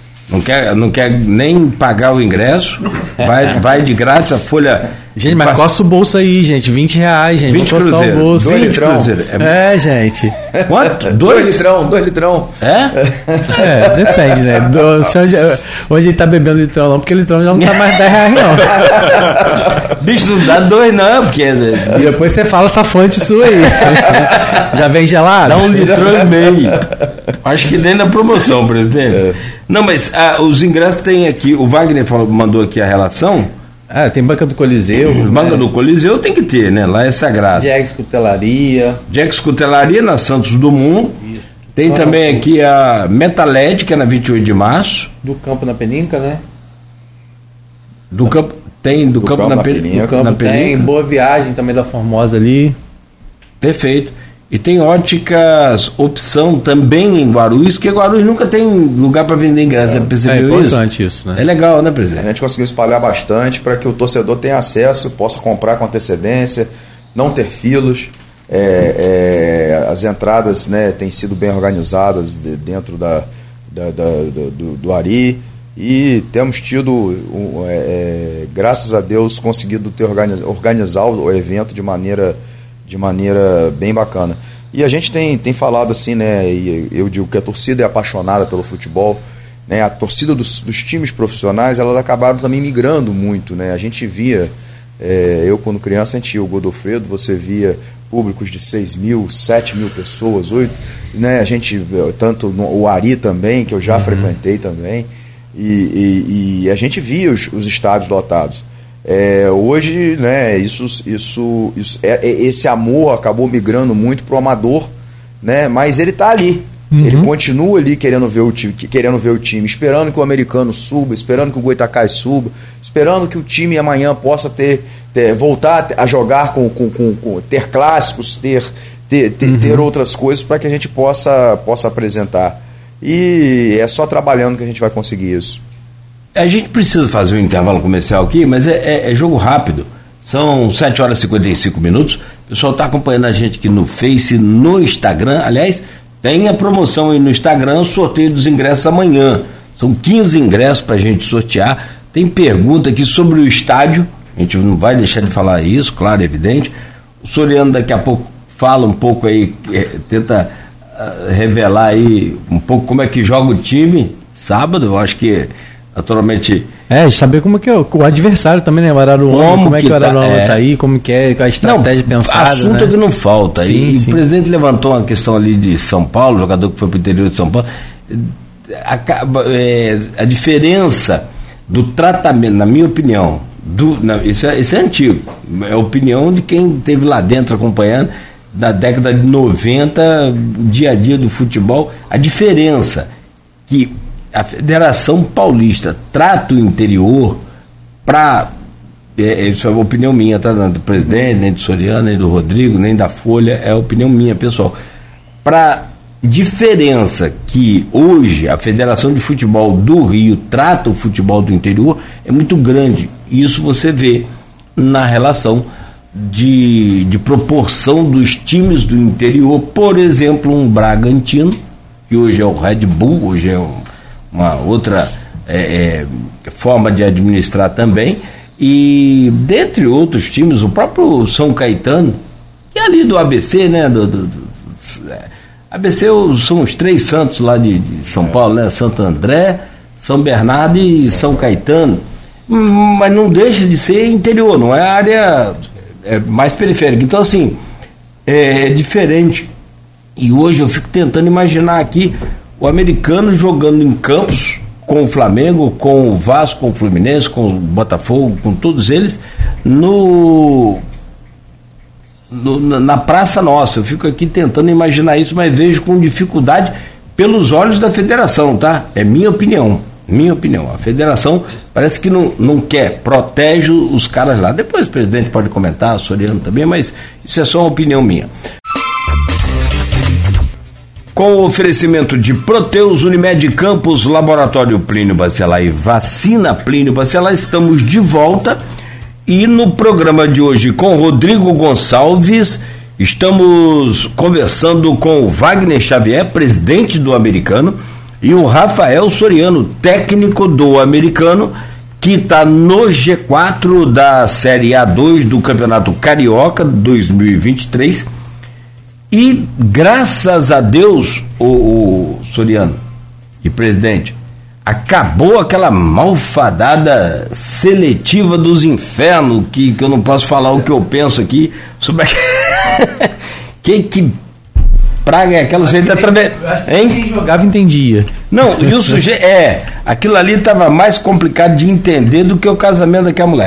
quer nem pagar o ingresso, vai de grátis a Folha. Gente, mas costa o bolso aí, gente. R$20, gente. 20 cruzeiro. O bolso. 2 litrão. Gente. Quanto? 2 litrão. Depende, né? Hoje ele tá bebendo litrão não, porque litrão já não tá mais R$10 não. Bicho, não dá 2 não, porque... E depois você fala essa fonte sua aí. Já vem gelado? Dá 1,5 litro. Acho que nem na promoção, presidente. Não, mas os ingressos tem aqui, o Wagner mandou aqui a relação. Tem banca do Coliseu. Banca do Coliseu tem que ter, né? Lá é sagrado. Jax Cutelaria na Santos Dumont. Isso. Tem também aqui a Metaled, que é na 28 de março. Do Campo na Peninca, né? Do Campo na Peninca. Tem Boa Viagem também da Formosa ali. Perfeito. E tem Óticas Opção também em Guarulhos, que Guarulhos nunca tem lugar para vender ingresso. É importante isso, né? É legal, né, presidente? A gente conseguiu espalhar bastante para que o torcedor tenha acesso, possa comprar com antecedência, não ter filas. As entradas, né, têm sido bem organizadas dentro do Ari, e temos tido, graças a Deus, conseguido organizar o evento de maneira bem bacana. E a gente tem falado assim, né, e eu digo que a torcida é apaixonada pelo futebol, né, a torcida dos times profissionais, elas acabaram também migrando muito, né, a gente via, eu quando criança, a gente ia o Godofredo, você via públicos de 6 mil, 7 mil pessoas, 8, né, a gente, tanto o Ari também, que eu já frequentei também, e a gente via os estádios lotados. Hoje, né, esse amor acabou migrando muito pro amador, né, mas ele está ali, ele continua ali querendo ver o time, esperando que o americano suba, esperando que o Goitacás suba, esperando que o time amanhã possa voltar a jogar ter clássicos, ter outras coisas para que a gente possa apresentar, e é só trabalhando que a gente vai conseguir isso. A gente precisa fazer um intervalo comercial aqui, mas é jogo rápido. São 7 horas e 55 minutos. O pessoal está acompanhando a gente aqui no Face, no Instagram. Aliás, tem a promoção aí no Instagram, o sorteio dos ingressos amanhã. São 15 ingressos para a gente sortear. Tem pergunta aqui sobre o estádio, a gente não vai deixar de falar isso, claro, evidente. O Soriano daqui a pouco fala um pouco aí, tenta revelar aí um pouco como é que joga o time sábado. Eu acho que naturalmente saber como que é o adversário também, né? O Araruama, como é que o Araruama tá aí, como que é a estratégia pensada, assunto, né? Que não falta. Sim. O presidente levantou uma questão ali de São Paulo, jogador que foi para o interior de São Paulo. A diferença do tratamento, na minha opinião, isso é antigo, é a opinião de quem esteve lá dentro acompanhando na década de 90, o dia a dia do futebol, a diferença que a Federação Paulista trata o interior para, isso é uma opinião minha, tá? Do presidente, nem do Soriano, nem do Rodrigo, nem da Folha, é a opinião minha, pessoal. Para diferença que hoje a Federação de Futebol do Rio trata o futebol do interior é muito grande. Isso você vê na relação de proporção dos times do interior. Por exemplo, um Bragantino, que hoje é o Red Bull, hoje é uma outra forma de administrar também, e dentre outros times, o próprio São Caetano, que é ali do ABC, né? ABC são os 3 santos lá de São Paulo, né? Santo André, São Bernardo e São Caetano. Mas não deixa de ser interior, não é área mais periférica. Então, assim, é diferente. E hoje eu fico tentando imaginar aqui o Americano jogando em Campos com o Flamengo, com o Vasco, com o Fluminense, com o Botafogo, com todos eles, na Praça Nossa. Eu fico aqui tentando imaginar isso, mas vejo com dificuldade pelos olhos da federação, tá? É minha opinião. A federação parece que não quer, protege os caras lá. Depois o presidente pode comentar, o Soriano também, mas isso é só uma opinião minha. Com o oferecimento de Proteus, Unimed Campos, Laboratório Plínio Bacelar e Vacina Plínio Bacelar, estamos de volta. E no programa de hoje, com Rodrigo Gonçalves, estamos conversando com o Wagner Xavier, presidente do Americano, e o Rafael Soriano, técnico do Americano, que está no G4 da Série A2 do Campeonato Carioca 2023. E graças a Deus, o Soriano e presidente, acabou aquela malfadada seletiva dos infernos, que eu não posso falar o que eu penso aqui sobre que praga é aquela? Gente através, hein? Quem jogava entendia. Não, e o sujeito aquilo ali estava mais complicado de entender do que o casamento daquela mulher,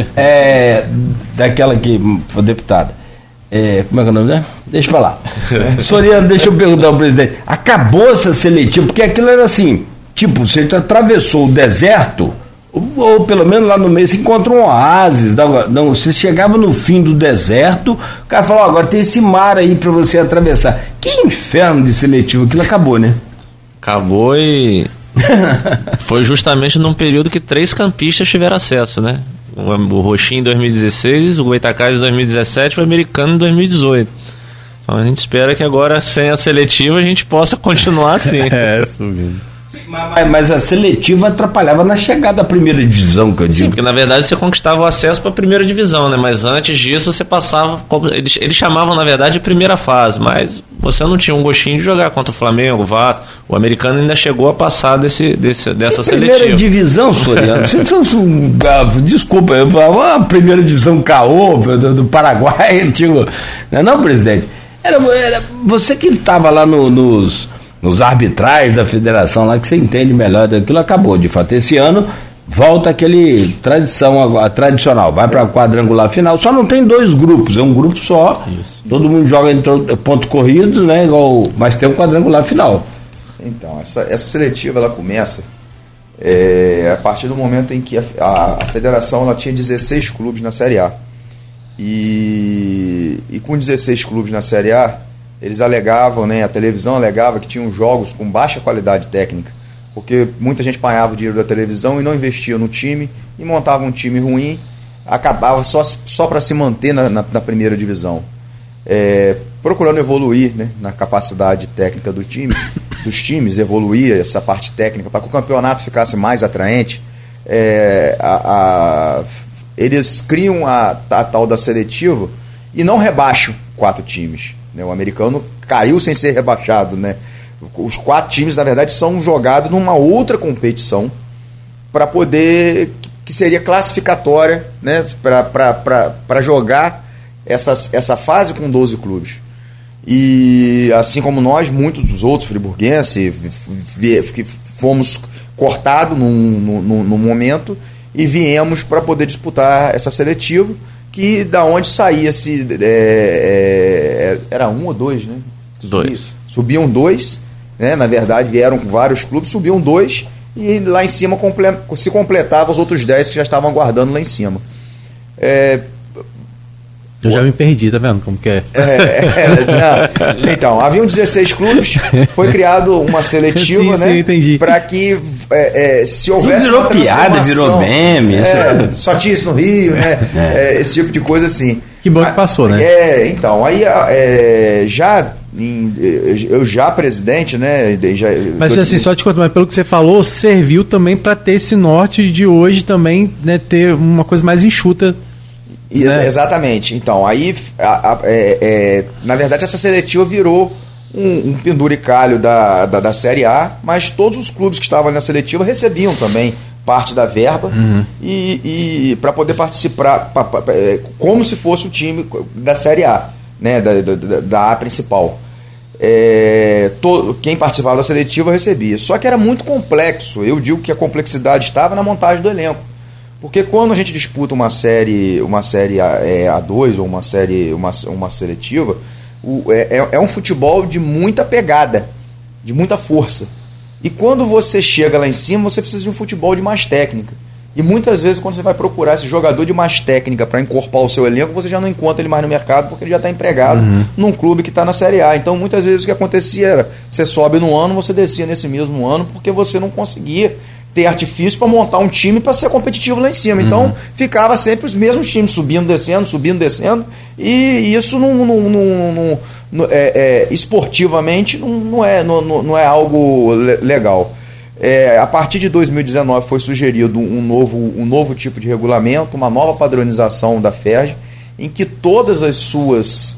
daquela que foi deputada. Como é que é o nome dela? Deixa pra lá. Soriano, deixa eu perguntar ao presidente. Acabou essa seletiva, porque aquilo era assim, tipo, você atravessou o deserto, ou pelo menos lá no meio você encontrou um oásis. Não, você chegava no fim do deserto, o cara falou, agora tem esse mar aí pra você atravessar. Que inferno de seletivo, aquilo acabou, né? Acabou e foi justamente num período que 3 campistas tiveram acesso, né? O Roxinho em 2016, o Goitacás em 2017 e o Americano em 2018. Então a gente espera que agora, sem a seletiva, a gente possa continuar assim. Subindo. Mas a seletiva atrapalhava na chegada à primeira divisão, que eu digo. Sim, porque na verdade você conquistava o acesso para a primeira divisão, né? Mas antes disso você passava, eles chamavam na verdade de primeira fase, mas você não tinha um gostinho de jogar contra o Flamengo, o Vasco. O Americano ainda chegou a passar dessa seletiva. Primeira divisão, Soriano? Desculpa, eu falo, a primeira divisão caô do Paraguai, antigo. Não, presidente. Era você que estava lá nos arbitrais da federação lá, que você entende melhor daquilo. Acabou, de fato, esse ano volta aquele tradicional, vai para a quadrangular final, só não tem 2 grupos, é um grupo só. Isso. Todo mundo joga em ponto corrido, né, mas tem um quadrangular final. Então, essa seletiva ela começa a partir do momento em que a federação ela tinha 16 clubes na Série A, e com 16 clubes na Série A, eles alegavam, né, a televisão alegava que tinham jogos com baixa qualidade técnica, porque muita gente pagava o dinheiro da televisão e não investia no time, e montava um time ruim, acabava só para se manter na primeira divisão. Procurando evoluir, né, na capacidade técnica dos times, evoluir essa parte técnica para que o campeonato ficasse mais atraente, eles criam a tal da seletiva e não rebaixam 4 times. Né? O americano caiu sem ser rebaixado. Né? Os 4 times, na verdade, são jogados numa outra competição para poder, que seria classificatória, né? Para jogar essa fase com 12 clubes. E assim como nós, muitos dos outros friburguenses, que fomos cortados num momento e viemos para poder disputar essa seletiva, que da onde saía-se era 1 ou 2, né? 2. Subiam 2, né? Na verdade vieram com vários clubes, subiam 2 e lá em cima se completavam os outros 10 que já estavam aguardando lá em cima. Eu já me perdi, tá vendo como que é? Então, haviam 16 clubes, foi criado uma seletiva, né? Para que se houvesse virou piada, virou meme. Só tinha isso no Rio, né? Esse tipo de coisa assim. Que bom que passou, né? Então, aí eu já presidente, né? Mas assim, só te contar, mas pelo que você falou, serviu também para ter esse norte de hoje também, né? Ter uma coisa mais enxuta. Exatamente. Então, aí, na verdade, essa seletiva virou um penduricalho da Série A, mas todos os clubes que estavam na seletiva recebiam também parte da verba e para poder participar como se fosse o time da Série A, né, da A principal. Quem participava da seletiva recebia. Só que era muito complexo. Eu digo que a complexidade estava na montagem do elenco. Porque quando a gente disputa uma série A2 ou uma seletiva, é um futebol de muita pegada, de muita força. E quando você chega lá em cima, você precisa de um futebol de mais técnica. E muitas vezes, quando você vai procurar esse jogador de mais técnica para encorpar o seu elenco, você já não encontra ele mais no mercado, porque ele já está empregado num clube que está na Série A. Então, muitas vezes o que acontecia era, você sobe no ano, você descia nesse mesmo ano, porque você não conseguia ter artifício para montar um time para ser competitivo lá em cima. Então, ficava sempre os mesmos times subindo, descendo, e isso esportivamente não é algo legal. A partir de 2019 foi sugerido um novo tipo de regulamento, uma nova padronização da FERJ, em que todas as suas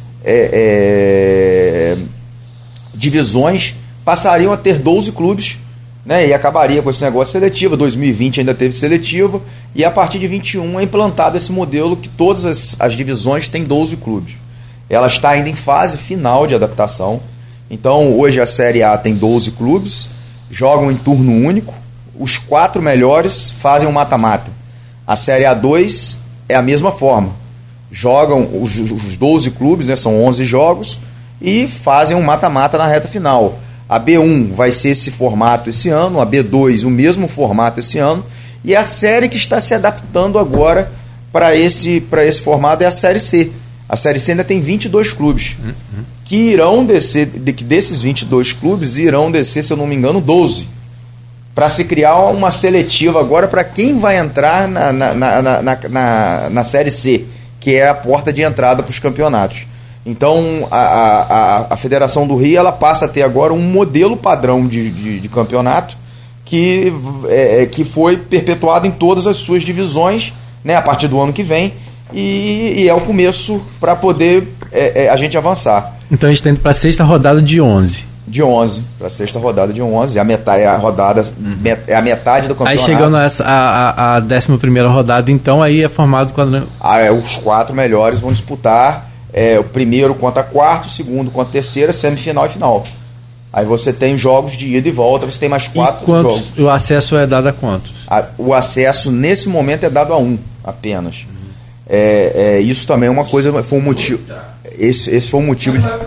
divisões passariam a ter 12 clubes, né, e acabaria com esse negócio seletivo. 2020 ainda teve seletiva, e a partir de 21 é implantado esse modelo que todas as divisões têm 12 clubes. Ela está ainda em fase final de adaptação. Então hoje a Série A tem 12 clubes, jogam em turno único, os 4 melhores fazem um mata-mata. A Série A2 é a mesma forma, jogam os 12 clubes, né, são 11 jogos, e fazem um mata-mata na reta final. A B1 vai ser esse formato esse ano, a B2 o mesmo formato esse ano, e a série que está se adaptando agora para esse formato é a Série C. A Série C ainda tem 22 clubes, que irão descer, desses 22 clubes irão descer, se eu não me engano, 12, para se criar uma seletiva agora para quem vai entrar na Série C, que é a porta de entrada para os campeonatos. Então, a Federação do Rio ela passa a ter agora um modelo padrão de campeonato que foi perpetuado em todas as suas divisões, né, a partir do ano que vem, e é o começo para poder a gente avançar. Então a gente está indo para a 6ª rodada de 11. De 11, para a 6ª rodada de 11, é a metade do campeonato. Aí chegando a 11ª rodada, então aí é formado quadrangular. Os 4 melhores vão disputar o primeiro contra quarto, o segundo contra terceira, semifinal e final. Aí você tem jogos de ida e volta, você tem mais 4 jogos. O acesso é dado a quantos? O acesso nesse momento é dado a 1 apenas. Isso também é uma coisa, foi um motivo. Esse foi um motivo de.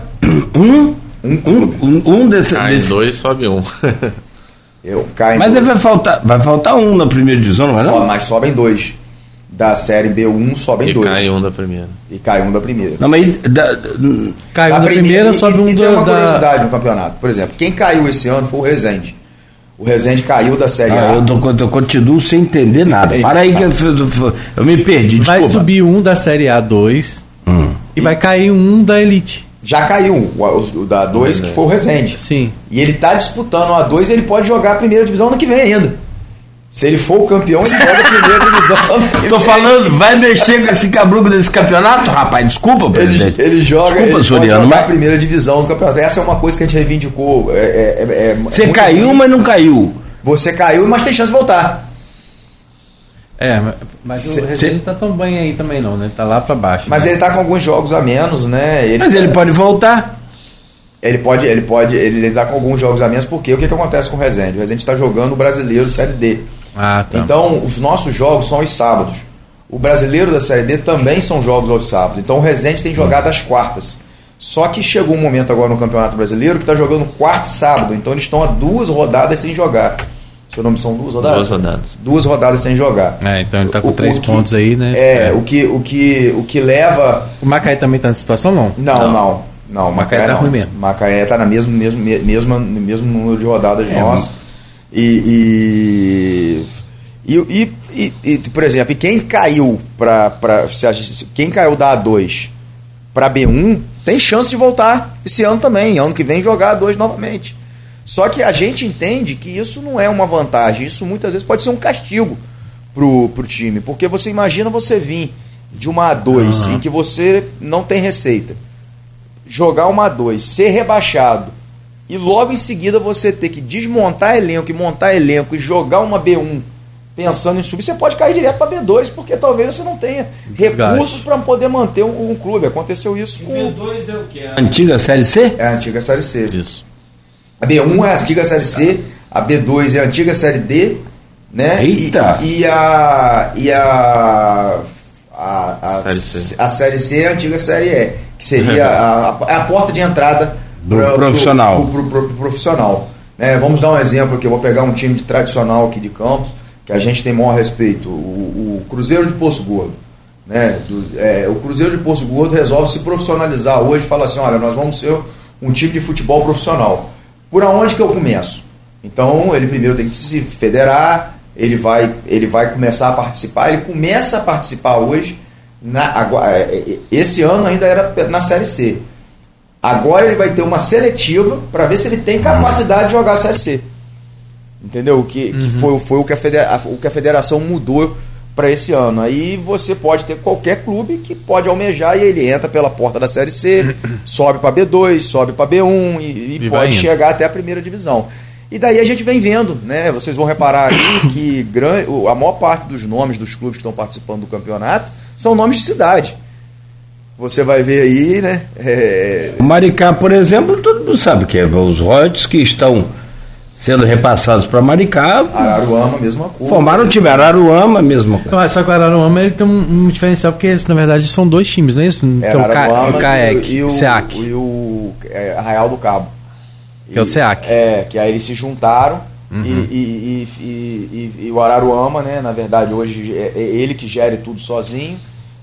Um desses 2 sobe 1. Mas vai faltar 1 na primeira divisão, não é? Mas sobem 2. Da série B1 sobem 2. E cai 1 da primeira. Não, mas cai 1 da primeira, sobe 1 da... E tem uma curiosidade no campeonato. Por exemplo, quem caiu esse ano foi o Resende. O Resende caiu da série A. Eu continuo sem entender nada. Para aí que eu me perdi. Desculpa. Vai subir 1 da série A2 e vai cair 1 da Elite. Já caiu o da 2, que foi o Resende. Sim. E ele está disputando a 2 e ele pode jogar a primeira divisão ano que vem ainda. Se ele for o campeão, ele joga a primeira divisão. Tô falando, vai mexer com esse cabruco desse campeonato, rapaz? Desculpa, presidente. Ele joga, desculpa, Soriano, mas a primeira divisão do campeonato. Essa é uma coisa que a gente reivindicou. Você caiu, difícil. Mas não caiu. Você caiu, mas tem chance de voltar. Mas o Resende não tá tão bem aí também não, né? Tá lá pra baixo. Mas ele tá com alguns jogos a menos, né? Ele pode voltar. Ele tá com alguns jogos a menos, porque o que acontece com o Resende? O Resende tá jogando o Brasileiro Série D. Tá. Então, os nossos jogos são aos sábados. O Brasileiro da Série D também são jogos aos sábados. Então, o Resende tem jogado às quartas. Só que chegou um momento agora no Campeonato Brasileiro que está jogando quarta e sábado. Então, eles estão a 2 rodadas sem jogar. Seu nome são 2 rodadas? 2 rodadas. 2 rodadas sem jogar. Então, ele está com 3 pontos aí, né? O que leva... O Macaé também está na situação, não? Não, o Macaé está ruim mesmo. O Macaé está no mesmo número de rodadas nosso. Por exemplo, quem caiu quem caiu da A2 para B1 tem chance de voltar esse ano também, ano que vem jogar A2 novamente. Só que a gente entende que isso não é uma vantagem, isso muitas vezes pode ser um castigo pro time, porque você imagina você vir de uma A2 em que você não tem receita, jogar uma A2, ser rebaixado e logo em seguida você ter que desmontar elenco e montar elenco e jogar uma B1 pensando em subir, você pode cair direto para B2, porque talvez você não tenha recursos para poder manter um clube. Aconteceu isso com... B2 é o quê? A antiga Série C? É a antiga Série C. Isso. A B1 é a antiga Série C, a B2 é a antiga Série D, né? Eita! A Série C é a antiga Série E, que seria a porta de entrada do profissional. Pro profissional. Vamos dar um exemplo aqui, eu vou pegar um time tradicional aqui de Campos, que a gente tem maior respeito, o Cruzeiro de Poço Gordo. O Cruzeiro de Poço Gordo resolve se profissionalizar hoje e fala assim, olha, nós vamos ser um time de futebol profissional. Por aonde que eu começo? Então, ele primeiro tem que se federar, ele vai começar a participar, ele começa a participar hoje, esse ano ainda era na Série C. Agora ele vai ter uma seletiva para ver se ele tem capacidade de jogar a Série C. Entendeu? Que foi o que a federação mudou para esse ano. Aí você pode ter qualquer clube que pode almejar e ele entra pela porta da Série C, sobe para B2, sobe para B1 e pode chegar até a primeira divisão. E daí a gente vem vendo, né? Vocês vão reparar aí que a maior parte dos nomes dos clubes que estão participando do campeonato são nomes de cidade. Você vai ver aí, né? O Maricá, por exemplo, todo mundo sabe que é os royalties que estão sendo repassados para Maricá. Araruama, mesma coisa. Formaram o time Araruama, mesma coisa. Só que o Araruama ele tem um diferencial, porque na verdade são 2 times, não é isso? Tem o CAEC e o SEAC. E o Arraial do Cabo. Que é o SEAC. Que aí eles se juntaram e o Araruama, né? Na verdade, hoje é ele que gere tudo sozinho.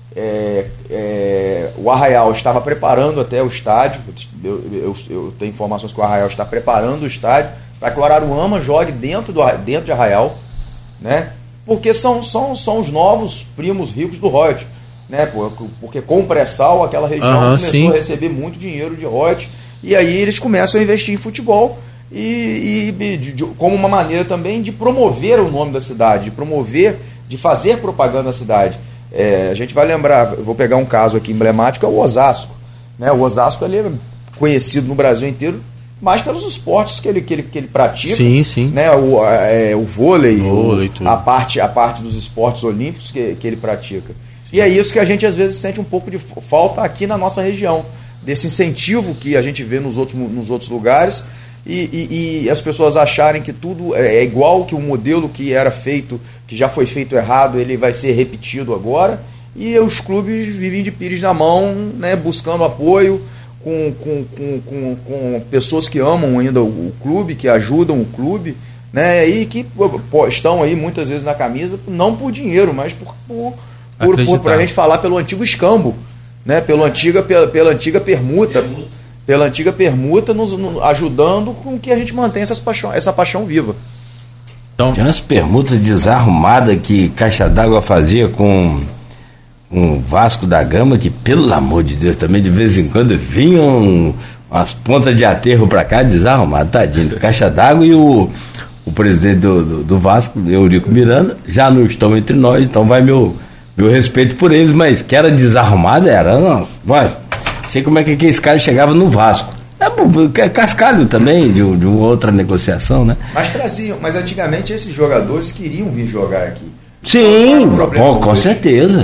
O Arraial estava preparando até o estádio. Eu tenho informações que o Arraial está preparando o estádio para que o Araruama jogue dentro de Arraial, né? Porque são os novos primos ricos do royalties, né? Porque com o pré-sal aquela região começou a receber muito dinheiro de royalties, e aí eles começam a investir em futebol como uma maneira também de promover o nome da cidade, de fazer propaganda da cidade. A gente vai lembrar, eu vou pegar um caso aqui emblemático, é o Osasco, né? O Osasco ele é conhecido no Brasil inteiro mais pelos esportes que ele pratica, sim. Né? O vôlei, a parte dos esportes olímpicos que ele pratica. Sim. E é isso que a gente às vezes sente um pouco de falta aqui na nossa região, desse incentivo que a gente vê nos outros lugares, e as pessoas acharem que tudo é igual, que o modelo que era feito, que já foi feito errado, ele vai ser repetido agora, e os clubes vivem de pires na mão, né? Buscando apoio, com pessoas que amam ainda o clube, que ajudam o clube, né? E que estão aí muitas vezes na camisa, não por dinheiro, mas por a gente falar pelo antigo escambo, né? Pela antiga permuta, nos ajudando com que a gente mantenha essa paixão viva. Então, tinha umas permutas desarrumadas que Caixa d'Água fazia com um Vasco da Gama, que pelo amor de Deus também de vez em quando vinham umas pontas de aterro pra cá desarrumado, tadinho. Caixa d'Água e o presidente do Vasco, Eurico Miranda, já não estão entre nós, então vai meu respeito por eles, mas que era desarrumado, não, vai, sei como é que esse cara chegava no Vasco. É cascalho também de uma outra negociação, né? Mas antigamente esses jogadores queriam vir jogar aqui. Sim, com certeza.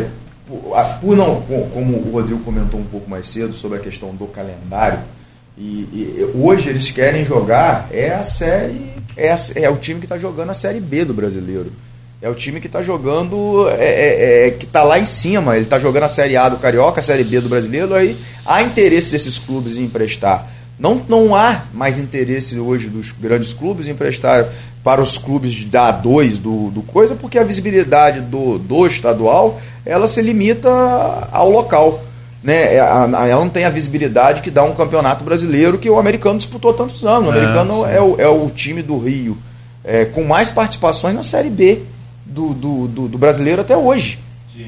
Como o Rodrigo comentou um pouco mais cedo sobre a questão do calendário, e hoje eles querem jogar é o time que está jogando a Série B do Brasileiro. É o time que está jogando, que está lá em cima. Ele está jogando a Série A do Carioca, a Série B do Brasileiro. Aí há interesse desses clubes em emprestar. Não há mais interesse hoje dos grandes clubes em emprestar para os clubes da A2 do coisa, porque a visibilidade do estadual ela se limita ao local. Né? Ela não tem a visibilidade que dá um campeonato brasileiro que o americano disputou há tantos anos. O americano é o time do Rio com mais participações na Série B do brasileiro até hoje. Sim.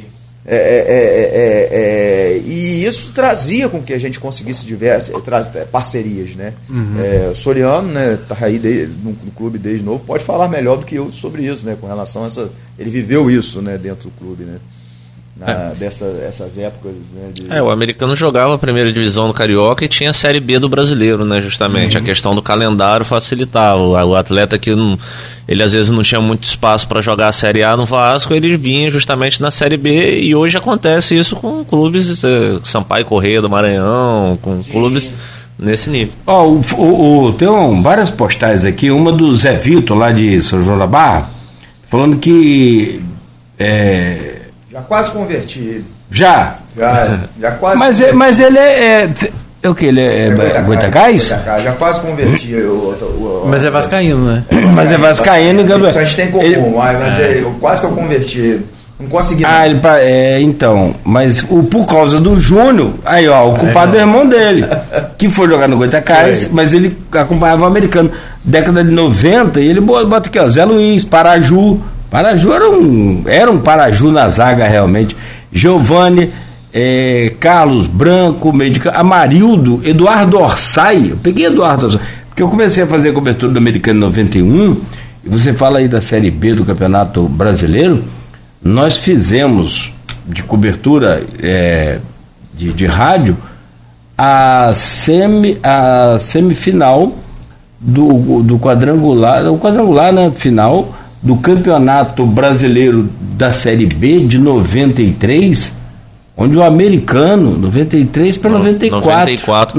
E isso trazia com que a gente conseguisse diversas parcerias, né? Uhum. O Soriano, né, tá aí no clube desde novo, pode falar melhor do que eu sobre isso, né? Com relação a ele viveu isso, né, dentro do clube, né? Essas épocas, né, o americano jogava a primeira divisão no Carioca e tinha a Série B do brasileiro, né, justamente. A questão do calendário facilitava. O atleta que ele às vezes não tinha muito espaço para jogar a Série A no Vasco, ele vinha justamente na Série B, e hoje acontece isso com clubes, Sampaio Corrêa do Maranhão, com clubes nesse nível. Tem várias postagens aqui, uma do Zé Vitor lá de São João da Barra, falando que já quase converti ele. Já quase. Mas ele é o que? Ele é Goitacás? Já quase converti. Mas é vascaíno, né? Mas é vascaíno. Isso a gente tem comum, mas quase que eu converti ele. Não consegui. Então, mas por causa do Júnior, aí o culpado é o irmão dele, que foi jogar no Goitacás, mas ele acompanhava o americano. Década de 90, e ele bota aqui, Zé Luiz, Paraju era um Paraju na zaga realmente. Giovanni, Carlos Branco, Amarildo, Eduardo Orsay. Eu peguei Eduardo Orsay, porque eu comecei a fazer a cobertura do americano em 91, e você fala aí da Série B do Campeonato Brasileiro. Nós fizemos de cobertura de rádio a semifinal do quadrangular, né, final do Campeonato Brasileiro da Série B de 93, onde o americano, 93 para 94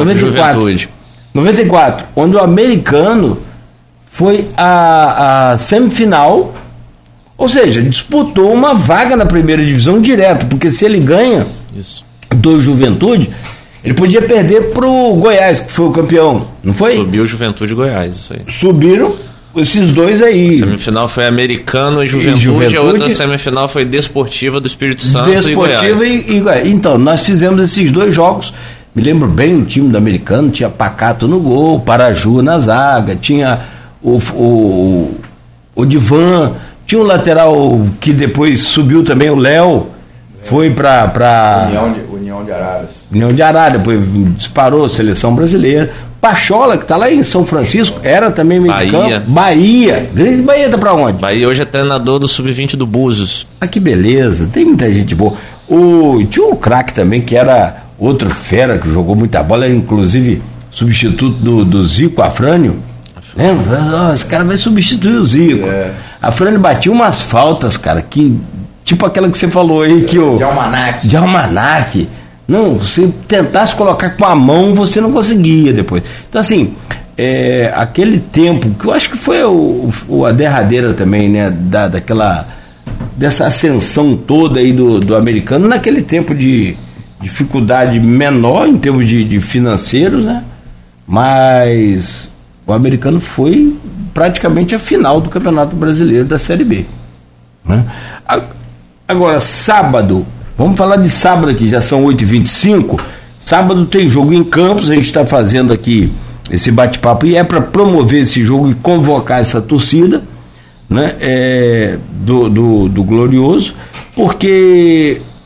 onde o americano foi a semifinal, ou seja, disputou uma vaga na primeira divisão direto, porque se ele ganha do Juventude, ele podia perder pro Goiás, que foi o campeão, não foi? Subiu o Juventude e Goiás, isso aí. Subiram esses dois aí. A semifinal foi Americano e Juventude, a outra semifinal foi Desportiva do Espírito Santo e Goiás. E Goiás. Então, nós fizemos esses dois jogos. Me lembro bem, o time do americano tinha Pacato no gol, Paraju na zaga, tinha o Divan, tinha um lateral que depois subiu também, o Léo, foi para União de Araras. União de Araras, depois disparou, seleção brasileira. Pachola, que está lá em São Francisco, era também meio de campo. Bahia. Grande Bahia tá para onde? Bahia hoje é treinador do Sub-20 do Búzios. Que beleza, tem muita gente boa. Tinha um craque também, que era outro fera, que jogou muita bola, era inclusive substituto do Zico Afrânio. Lembra? Esse cara vai substituir o Zico. Afrânio batia umas faltas, cara, que tipo aquela que você falou aí, que de almanaque. Não, você tentasse colocar com a mão, você não conseguia depois. Então, assim, aquele tempo, que eu acho que foi a derradeira também, né, dessa ascensão toda aí do americano, naquele tempo de dificuldade menor em termos de financeiros, né, mas o americano foi praticamente a final do Campeonato Brasileiro da Série B, né? Agora, sábado, vamos falar de sábado aqui, já são 8h25. Sábado tem jogo em Campos, a gente está fazendo aqui esse bate-papo e é para promover esse jogo e convocar essa torcida, né, do Glorioso, porque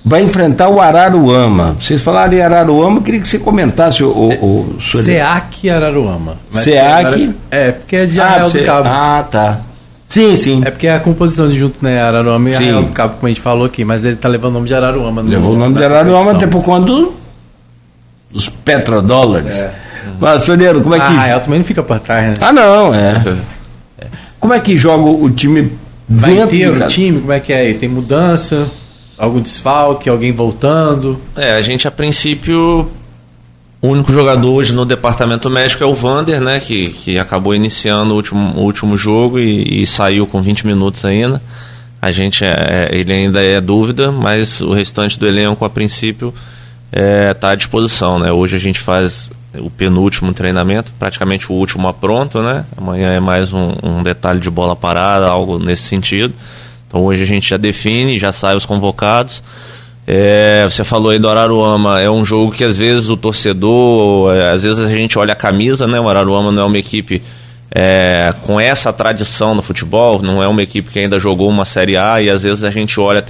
vai enfrentar o Araruama. Vocês falaram em Araruama, eu queria que você comentasse o SEAC Araruama. SEAC? Porque é de Arraial do Cabo. Ah, tá. Sim. É porque é a composição de junto, né? Araruama e Arraial do Cabo, como a gente falou aqui, mas ele tá levando o nome de Araruama. Levou o nome de Araruama até por conta dos petrodólares. Mas, Soneiro, como é que... Arraial também não fica por trás, né? Ah, não, Como é que joga o time vai inteiro o time? Como é que é? Tem mudança? Algum desfalque? Alguém voltando? A gente, a princípio, o único jogador hoje no departamento médico é o Vander, né? Que acabou iniciando o último jogo e saiu com 20 minutos ainda. A gente, ele ainda é dúvida, mas o restante do elenco, a princípio, está à disposição, né? Hoje a gente faz o penúltimo treinamento, praticamente o último pronto, né? Amanhã é mais um detalhe de bola parada, algo nesse sentido. Então hoje a gente já define, já sai os convocados. Você falou aí do Araruama, é um jogo que às vezes o torcedor, às vezes a gente olha a camisa, né? O Araruama não é uma equipe com essa tradição no futebol, não é uma equipe que ainda jogou uma Série A, e às vezes a gente olha,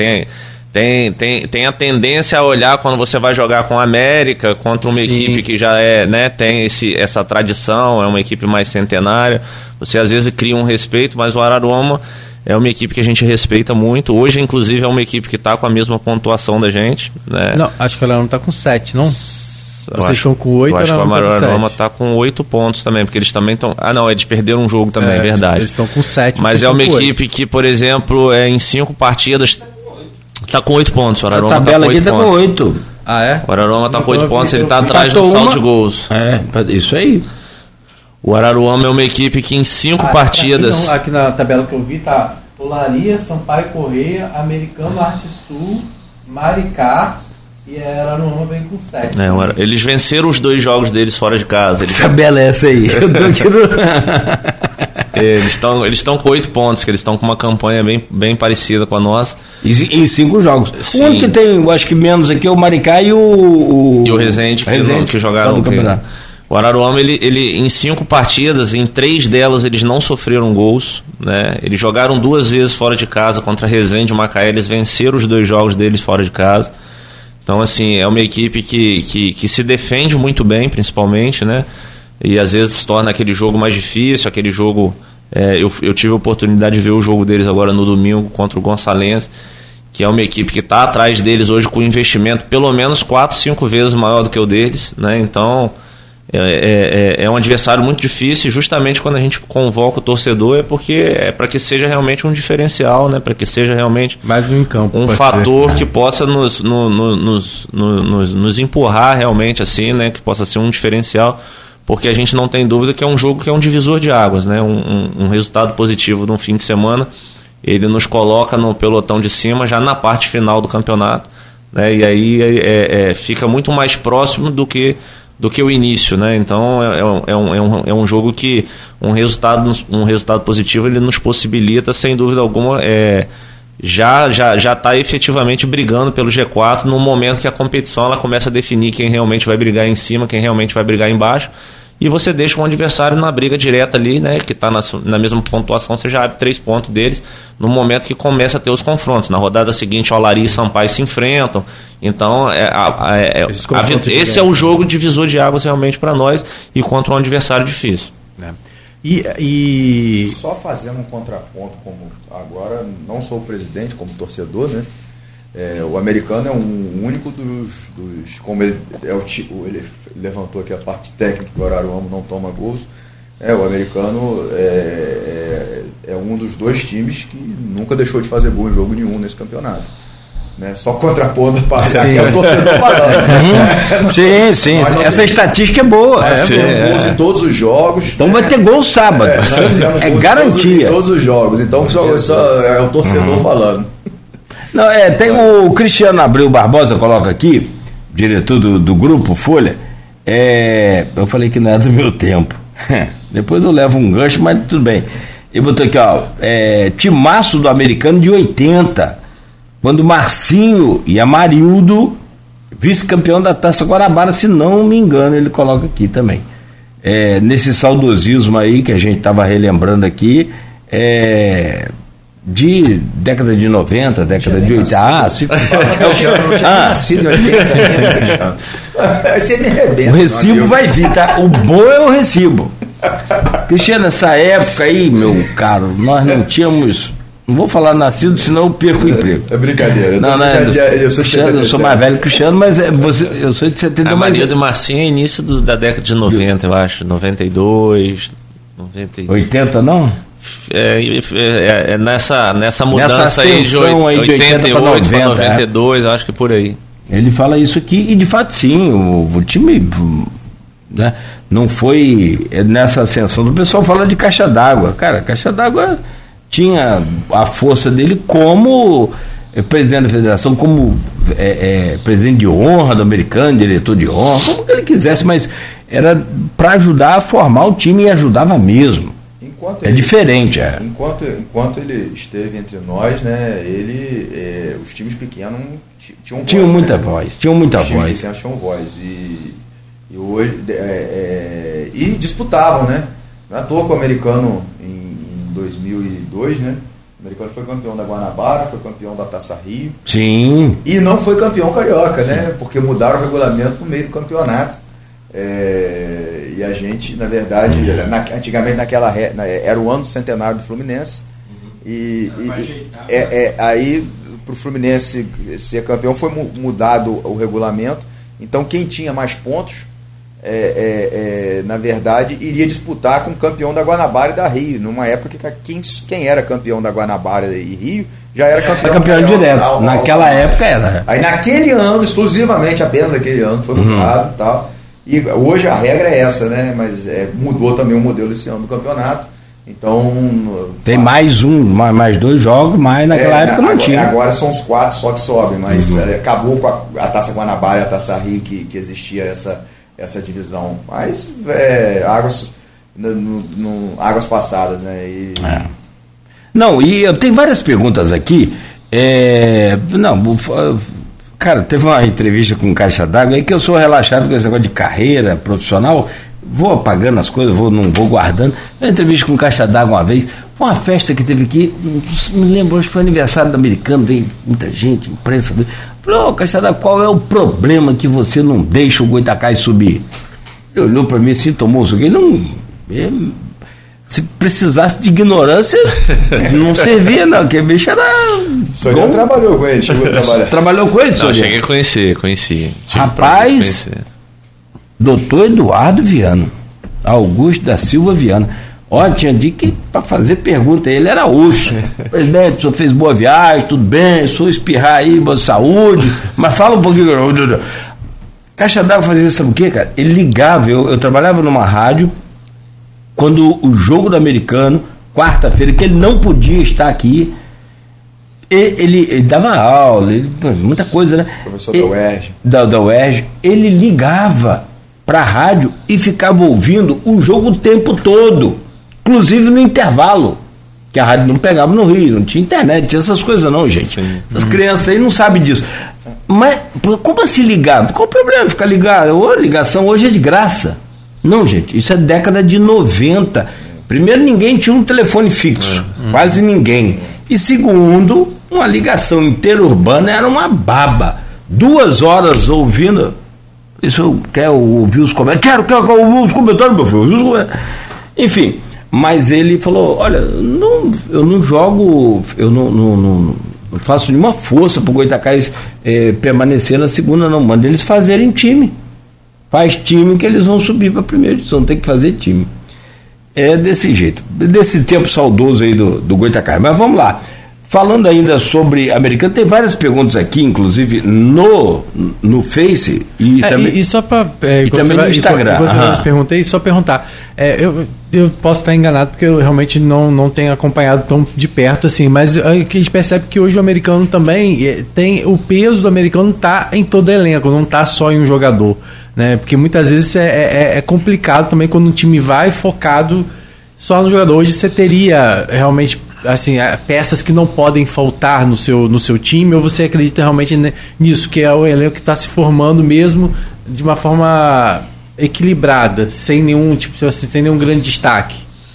tem a tendência a olhar quando você vai jogar com a América, contra uma equipe que já tem essa tradição, é uma equipe mais centenária, você às vezes cria um respeito, mas o Araruama é uma equipe que a gente respeita muito. Hoje, inclusive, é uma equipe que está com a mesma pontuação da gente, né? Não, acho que o Araruama está com 7, não? Vocês estão com 8, eu acho que o Araruama está com 8 pontos também, porque eles também estão... Ah, não, eles perderam um jogo também, é verdade. Eles estão com 7. Mas é uma equipe que, por exemplo, em 5 partidas... Está com 8 pontos, o Araruama está com 8 pontos. Tá com 8. Ah, é? O Araruama está com 8 pontos, ele está atrás do saldo de gols. Isso aí. O Araruama é uma equipe que em 5 partidas... Aqui na tabela que eu vi tá Olaria, Sampaio Correia, Americano, Arte Sul, Maricá e Araruama vem com 7. Eles venceram os 2 jogos deles fora de casa. Que tabela é essa aí? Eu tô aqui Eles estão com 8 pontos, que eles estão com uma campanha bem parecida com a nossa. Em 5 jogos. Sim. O único que tem, eu acho que menos aqui é o Maricá e o Resende, que jogaram no campeonato. O Araruama, ele em 5 partidas, em 3 delas eles não sofreram gols, né? Eles jogaram 2 vezes fora de casa contra Resende e Macaé, eles venceram os 2 jogos deles fora de casa. Então, assim, é uma equipe que se defende muito bem, principalmente, né? E às vezes se torna aquele jogo mais difícil, aquele jogo... Eu tive a oportunidade de ver o jogo deles agora no domingo contra o Gonçalense, que é uma equipe que está atrás deles hoje com investimento pelo menos 4, 5 vezes maior do que o deles, né? Então... É um adversário muito difícil, e justamente quando a gente convoca o torcedor é porque é para que seja realmente um diferencial, né? Para que seja realmente mais um campo, um fator que possa nos empurrar realmente, assim, né? Que possa ser um diferencial, porque a gente não tem dúvida que é um jogo que é um divisor de águas, né? Um resultado positivo de um fim de semana, ele nos coloca no pelotão de cima já na parte final do campeonato, né? E aí fica muito mais próximo do que o início, né? Então é um jogo que um resultado positivo ele nos possibilita, sem dúvida alguma, já está efetivamente brigando pelo G4 no momento que a competição ela começa a definir quem realmente vai brigar em cima, quem realmente vai brigar embaixo, e você deixa um adversário na briga direta ali, né? Que está na mesma pontuação, você já abre 3 pontos deles no momento que começa a ter os confrontos. Na rodada seguinte, Olaria e Sampaio se enfrentam. Então, esse é o jogo divisor de águas realmente para nós, e contra um adversário difícil. E só fazendo um contraponto, como agora não sou o presidente, como torcedor, né? O Americano é um único dos como ele levantou aqui a parte técnica, que o Araruama não toma gols. O Americano é um dos 2 times que nunca deixou de fazer gol em jogo nenhum nesse campeonato, né? Só contrapondo a parte que é o torcedor falando. Sim. Essa estatística é boa. Gols em todos os jogos. Então vai ter gol sábado. É garantia. Em todos os jogos. Então só é o torcedor falando. Não, tem o Cristiano Abreu Barbosa, coloca aqui, diretor do Grupo Folha. Eu falei que não é do meu tempo. Depois eu levo um gancho, mas tudo bem. Ele botou aqui, timaço do Americano de 80, quando Marcinho e Amarildo, vice-campeão da Taça Guarabara, se não me engano, ele coloca aqui também. Nesse saudosismo aí que a gente estava relembrando aqui, de década de 90, década de 80. Eu tinha nascido em 80. Você me arrebenta. O recibo vai vir, tá? O bom é o recibo. Cristiano, nessa época aí, meu caro, nós não tínhamos. Não vou falar nascido, senão eu perco o emprego. É brincadeira. Eu sou Cristiano, eu sou mais velho que Cristiano, mas eu sou de 70. A Maria do Marcinho é início da década de 90, eu acho. 92, 80 não? Nessa mudança aí de 88 para 92, eu acho que por aí. Ele fala isso aqui e de fato sim, o time, né, não foi nessa ascensão. O pessoal fala de Caixa d'Água. Cara, Caixa d'Água tinha a força dele como presidente da federação, como presidente de honra do Americano, diretor de honra, como que ele quisesse, mas era para ajudar a formar o time e ajudava mesmo. Diferente. Enquanto ele esteve entre nós, né, os times pequenos tinham muita voz. Os times pequenos tinham voz. E hoje e disputavam, né? Não é à toa que o Americano em 2002, né? O Americano foi campeão da Guanabara, foi campeão da Taça Rio. Sim. E não foi campeão carioca, né? Porque mudaram o regulamento no meio do campeonato. E a gente, na verdade, antigamente era o ano do centenário do Fluminense. Aí para o Fluminense ser campeão foi mudado o regulamento. Então quem tinha mais pontos na verdade iria disputar com o campeão da Guanabara e da Rio, numa época que quem era campeão da Guanabara e Rio já era campeão direto. Naquela época era. Aí naquele ano, exclusivamente, apenas naquele ano foi mudado e tal. E hoje a regra é essa, né? Mas mudou também o modelo esse ano do campeonato. Então tem mais dois jogos, mas naquela época não tinha. Agora são os 4 só que sobem, mas acabou com a Taça Guanabara e a Taça Rio que existia essa divisão. Mas águas passadas, né? Não, e eu tenho várias perguntas aqui. Cara, teve uma entrevista com Caixa d'Água aí que eu sou relaxado com esse negócio de carreira profissional, vou apagando as coisas, não vou guardando. Uma entrevista com Caixa d'Água uma vez, foi uma festa que teve aqui, não me lembro, acho que foi aniversário do Americano, veio muita gente, imprensa. Falei, Caixa d'Água, qual é o problema que você não deixa o Goitacás subir? Ele olhou para mim assim, tomou isso aqui, se precisasse de ignorância, não servia, não, porque o bicho era. O senhor trabalhou com ele, chegou a trabalhar. Trabalhou com ele, senhor? Não, cheguei a conheci. Rapaz, doutor Eduardo Viana, Augusto da Silva Viana. Olha, tinha dia que para fazer pergunta, ele era osso. Presidente, o senhor fez boa viagem, tudo bem, o senhor espirrar aí, boa saúde, mas fala um pouquinho. Caixa d'Água fazia isso, sabe o quê, cara? Ele ligava, eu trabalhava numa rádio. Quando o jogo do Americano, quarta-feira, que ele não podia estar aqui, ele dava aula, muita coisa, né? Professor da UERJ. Da UERJ. Ele ligava para a rádio e ficava ouvindo o jogo o tempo todo, inclusive no intervalo, que a rádio não pegava no Rio, não tinha internet, tinha essas coisas não, gente. Sim. Essas crianças aí não sabem disso. Mas como assim ligar? Qual o problema ficar ligado? A ligação hoje é de graça. Não, gente, isso é década de 90. Primeiro, ninguém tinha um telefone fixo, quase ninguém. E segundo, uma ligação interurbana era uma baba. 2 horas ouvindo. Isso quer ouvir os comentários? Quero ouvir os comentários, meu filho. Enfim, mas ele falou: olha, eu não jogo, eu não faço nenhuma força para o Goitacás permanecer na segunda, não. Manda eles fazerem time. Faz time que eles vão subir para a primeira edição, tem que fazer time. É desse jeito, desse tempo saudoso aí do Goitacás. Mas vamos lá, falando ainda sobre Americano, tem várias perguntas aqui, inclusive no Face e também, e só para também no Instagram. Enquanto eu perguntei, só perguntar, eu posso estar enganado porque eu realmente não tenho acompanhado tão de perto assim, mas a gente percebe que hoje o Americano também tem, o peso do Americano está em todo elenco, não está só em um jogador, né? Porque muitas vezes é complicado também quando um time vai focado só no jogador. Hoje você teria realmente assim, peças que não podem faltar no seu time, ou você acredita realmente nisso, que é o elenco que está se formando mesmo de uma forma equilibrada, sem nenhum grande destaque?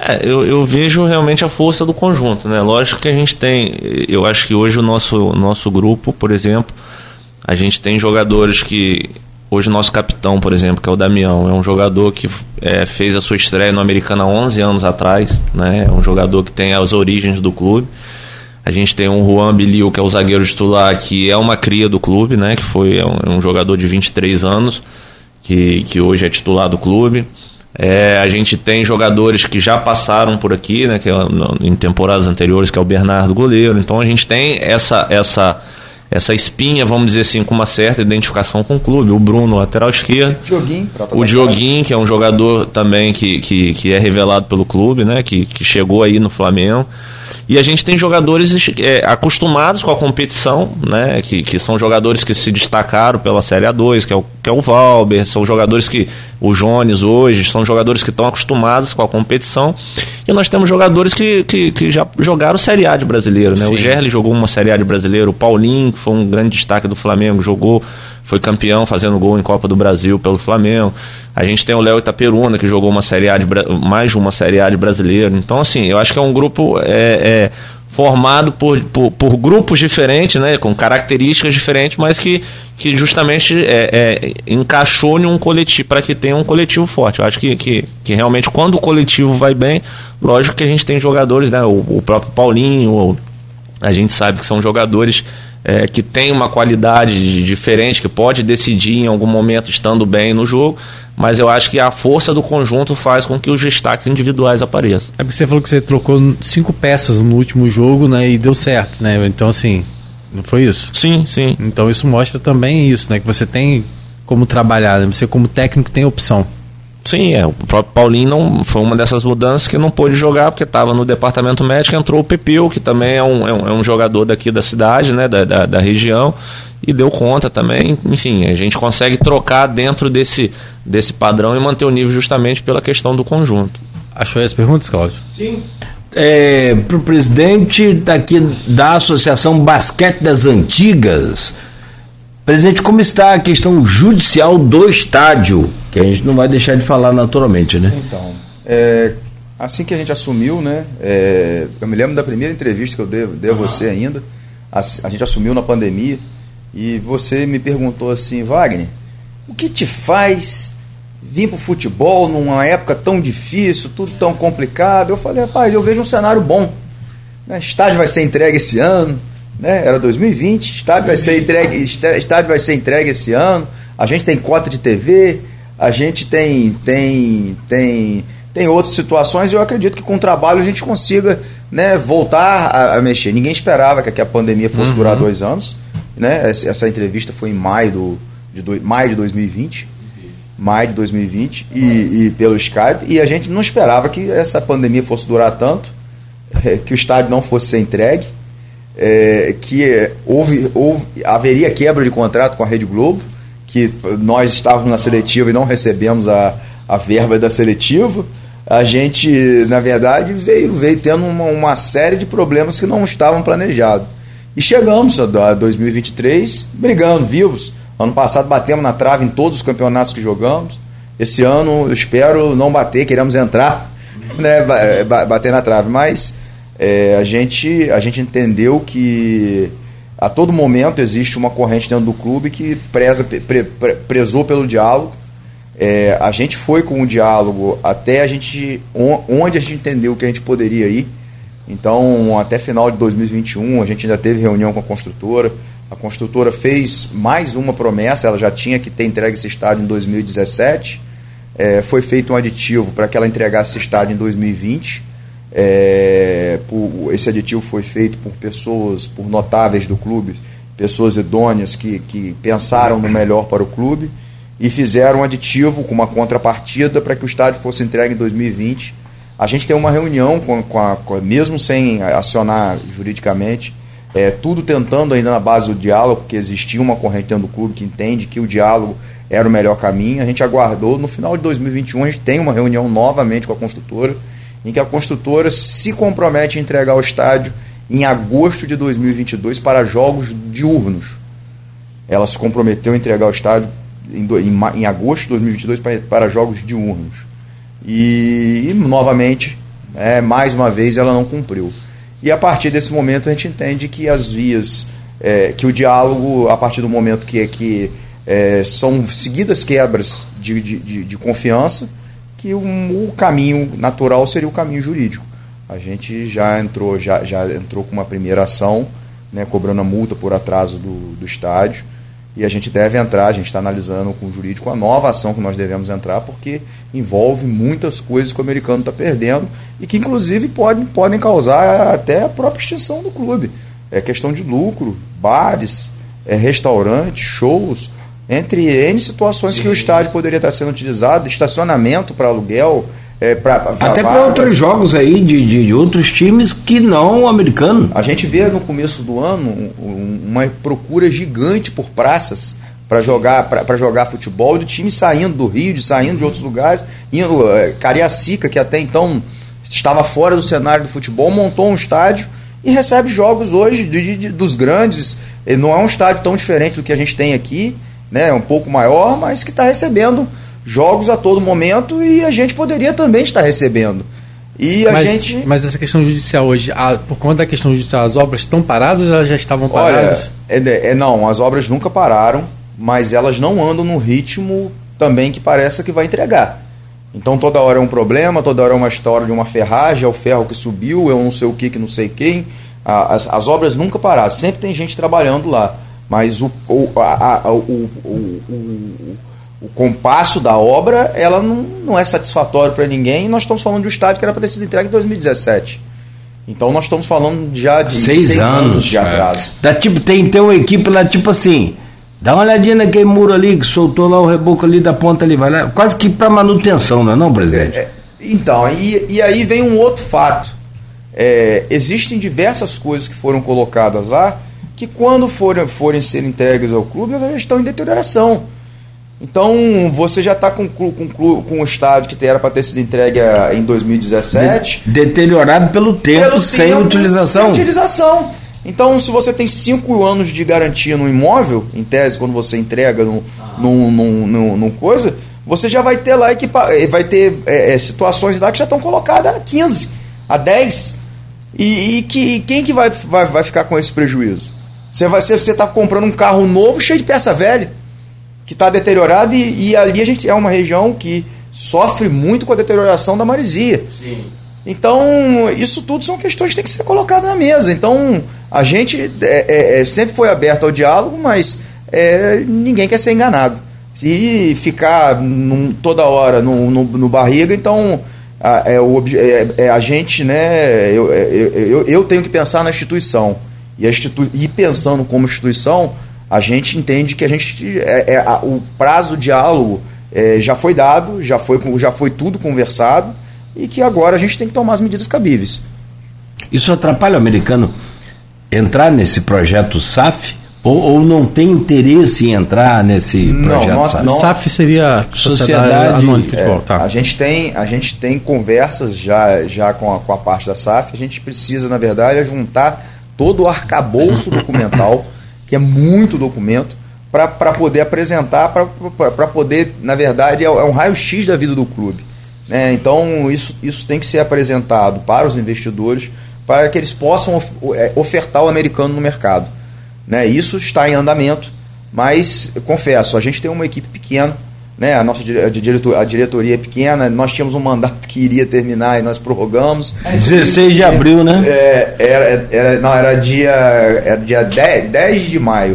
Eu vejo realmente a força do conjunto, né? Lógico que a gente tem, eu acho que hoje o nosso grupo, por exemplo, a gente tem jogadores que, hoje o nosso capitão, por exemplo, que é o Damião, é um jogador que fez a sua estreia no Americana há 11 anos atrás, né? É um jogador que tem as origens do clube. A gente tem um Juan Bilil, que é o zagueiro titular, que é uma cria do clube, né? Que foi um jogador de 23 anos, que hoje é titular do clube. A gente tem jogadores que já passaram por aqui, né, que em temporadas anteriores, que é o Bernardo, goleiro. Então a gente tem essa espinha, vamos dizer assim, com uma certa identificação com o clube. O Bruno, lateral esquerdo. O Dioguinho, que é um jogador também que é revelado pelo clube, né, que chegou aí no Flamengo. E a gente tem jogadores acostumados com a competição, né, que são jogadores que se destacaram pela Série A2, que é o Valber, são jogadores que, o Jones hoje, são jogadores que estão acostumados com a competição. E nós temos jogadores que já jogaram Série A de brasileiro, né? Sim. O Gerli jogou uma Série A de brasileiro, o Paulinho, que foi um grande destaque do Flamengo, foi campeão fazendo gol em Copa do Brasil pelo Flamengo. A gente tem o Léo Itaperuna, que jogou uma Série A mais de uma Série A de brasileiro. Então, assim, eu acho que é um grupo formado por grupos diferentes, né, com características diferentes, mas que justamente encaixou em um coletivo, para que tenha um coletivo forte. Eu acho que realmente, quando o coletivo vai bem, lógico que a gente tem jogadores, né, o próprio Paulinho, a gente sabe que são jogadores que tem uma qualidade diferente, que pode decidir em algum momento estando bem no jogo, mas eu acho que a força do conjunto faz com que os destaques individuais apareçam. É porque você falou que você trocou 5 peças no último jogo, né, e deu certo, né? Então, assim, não foi isso? Sim. Então isso mostra também isso, né, que você tem como trabalhar, né? Você como técnico tem opção. Sim, o próprio Paulinho não foi uma dessas mudanças que não pôde jogar porque estava no departamento médico. Entrou o Pepeu, que também é um jogador daqui da cidade, né, da região, e deu conta também. Enfim, a gente consegue trocar dentro desse padrão e manter o nível justamente pela questão do conjunto. Achou as perguntas, Cláudio? Sim. Para o presidente daqui da Associação Basquete das Antigas, presidente, como está a questão judicial do estádio? Que a gente não vai deixar de falar naturalmente, né? Então, assim que a gente assumiu, né? Eu me lembro da primeira entrevista que eu dei a você ainda. A gente assumiu na pandemia e você me perguntou assim: Wagner, o que te faz vir para o futebol numa época tão difícil, tudo tão complicado? Eu falei: rapaz, eu vejo um cenário bom, né? Estádio vai ser entregue esse ano, né? Era 2020, estádio vai ser entregue esse ano. A gente tem cota de TV, a gente tem outras situações, e eu acredito que com o trabalho a gente consiga, né, voltar a mexer. Ninguém esperava que a pandemia fosse durar 2 anos, né? Essa entrevista foi em maio de 2020, e pelo Skype, e a gente não esperava que essa pandemia fosse durar tanto, que o estádio não fosse ser entregue, que haveria quebra de contrato com a Rede Globo, que nós estávamos na seletiva e não recebemos a verba da seletiva. A gente, na verdade, veio tendo uma série de problemas que não estavam planejados. E chegamos a 2023 brigando, vivos. Ano passado batemos na trave em todos os campeonatos que jogamos. Esse ano eu espero não bater, queremos entrar, né, bater na trave. Mas a gente entendeu que a todo momento existe uma corrente dentro do clube que prezou pelo diálogo. A gente foi com o diálogo até onde a gente entendeu que a gente poderia ir. Então, até final de 2021, a gente ainda teve reunião com a construtora. A construtora fez mais uma promessa, ela já tinha que ter entregue esse estádio em 2017. Foi feito um aditivo para que ela entregasse esse estádio em 2020. Esse aditivo foi feito por notáveis do clube, pessoas idôneas que pensaram no melhor para o clube e fizeram um aditivo com uma contrapartida para que o estádio fosse entregue em 2020. A gente tem uma reunião mesmo sem acionar juridicamente, tudo tentando ainda na base do diálogo, porque existia uma corrente dentro do clube que entende que o diálogo era o melhor caminho. A gente aguardou, no final de 2021 a gente tem uma reunião novamente com a construtora, em que a construtora se compromete a entregar o estádio em agosto de 2022 para jogos diurnos. Ela se comprometeu a entregar o estádio em agosto de 2022 para jogos diurnos. E novamente, Mais uma vez ela não cumpriu. E a partir desse momento a gente entende que as vias, que o diálogo, a partir do momento que são seguidas quebras de confiança, que o caminho natural seria o caminho jurídico. A gente já entrou com uma primeira ação, né, cobrando a multa por atraso do estádio, e a gente deve entrar, a gente está analisando com o jurídico a nova ação que nós devemos entrar, porque envolve muitas coisas que o americano está perdendo e que inclusive podem causar até a própria extinção do clube. É questão de lucro, bares, restaurantes, shows, entre N situações que o estádio poderia estar sendo utilizado, estacionamento para aluguel, até para outros jogos aí de outros times que não americano. A gente vê no começo do ano uma procura gigante por praças para jogar futebol, de times saindo do Rio, saindo de outros lugares, indo. Cariacica, que até então estava fora do cenário do futebol, montou um estádio e recebe jogos hoje dos grandes. Não é um estádio tão diferente do que a gente tem aqui, né? É um pouco maior, mas que está recebendo jogos a todo momento, e a gente poderia também estar recebendo. Mas essa questão judicial hoje, por conta da questão judicial, as obras estão paradas ou elas já estavam paradas? Não, as obras nunca pararam, mas elas não andam no ritmo também que parece que vai entregar. Então toda hora é um problema, toda hora é uma história de uma ferragem, é o ferro que subiu, é um não sei o que não sei quem. As obras nunca pararam, sempre tem gente trabalhando lá, mas o compasso da obra, ela não é satisfatório para ninguém. Nós estamos falando de um estádio que era para ter sido entregue em 2017. Então nós estamos falando já de 6 anos de atraso. Tem uma equipe lá, tipo assim, dá uma olhadinha naquele muro ali que soltou lá o reboco ali da ponta ali, vai lá, quase que para manutenção, não é não, presidente? Então, e aí vem um outro fato. Existem diversas coisas que foram colocadas lá que quando forem ser entregues ao clube, elas já estão em deterioração. Então, você já está com um estádio que era para ter sido entregue em 2017. Deteriorado pelo tempo, sem utilização. Então, se você tem 5 anos de garantia no imóvel, em tese, quando você entrega num coisa, você já vai ter lá vai ter situações lá que já estão colocadas a 15, a 10. E quem que vai ficar com esse prejuízo? Você está comprando um carro novo cheio de peça velha, que está deteriorado, e ali a gente é uma região que sofre muito com a deterioração da maresia. Sim. Então, isso tudo são questões que têm que ser colocadas na mesa. Então, a gente sempre foi aberto ao diálogo, mas ninguém quer ser enganado. Se ficar toda hora no barriga, então a gente, né? Eu tenho que pensar na instituição. E pensando como instituição, a gente entende que o prazo do diálogo já foi dado, já foi tudo conversado, e que agora a gente tem que tomar as medidas cabíveis. Isso atrapalha o americano entrar nesse projeto SAF? Ou não tem interesse em entrar nesse projeto SAF? Não. SAF seria Sociedade Anônima de Futebol. Tá. A gente tem conversas já com a parte da SAF. A gente precisa, na verdade, juntar todo o arcabouço documental, que é muito documento, para poder apresentar, para poder, na verdade, é um raio-x da vida do clube, né? Então, isso tem que ser apresentado para os investidores, para que eles possam ofertar o americano no mercado, né? Isso está em andamento, mas, confesso, a gente tem uma equipe pequena, né? A nossa diretoria é pequena, nós tínhamos um mandato que iria terminar e nós prorrogamos. 16 de abril, né? Era dia 10 de maio.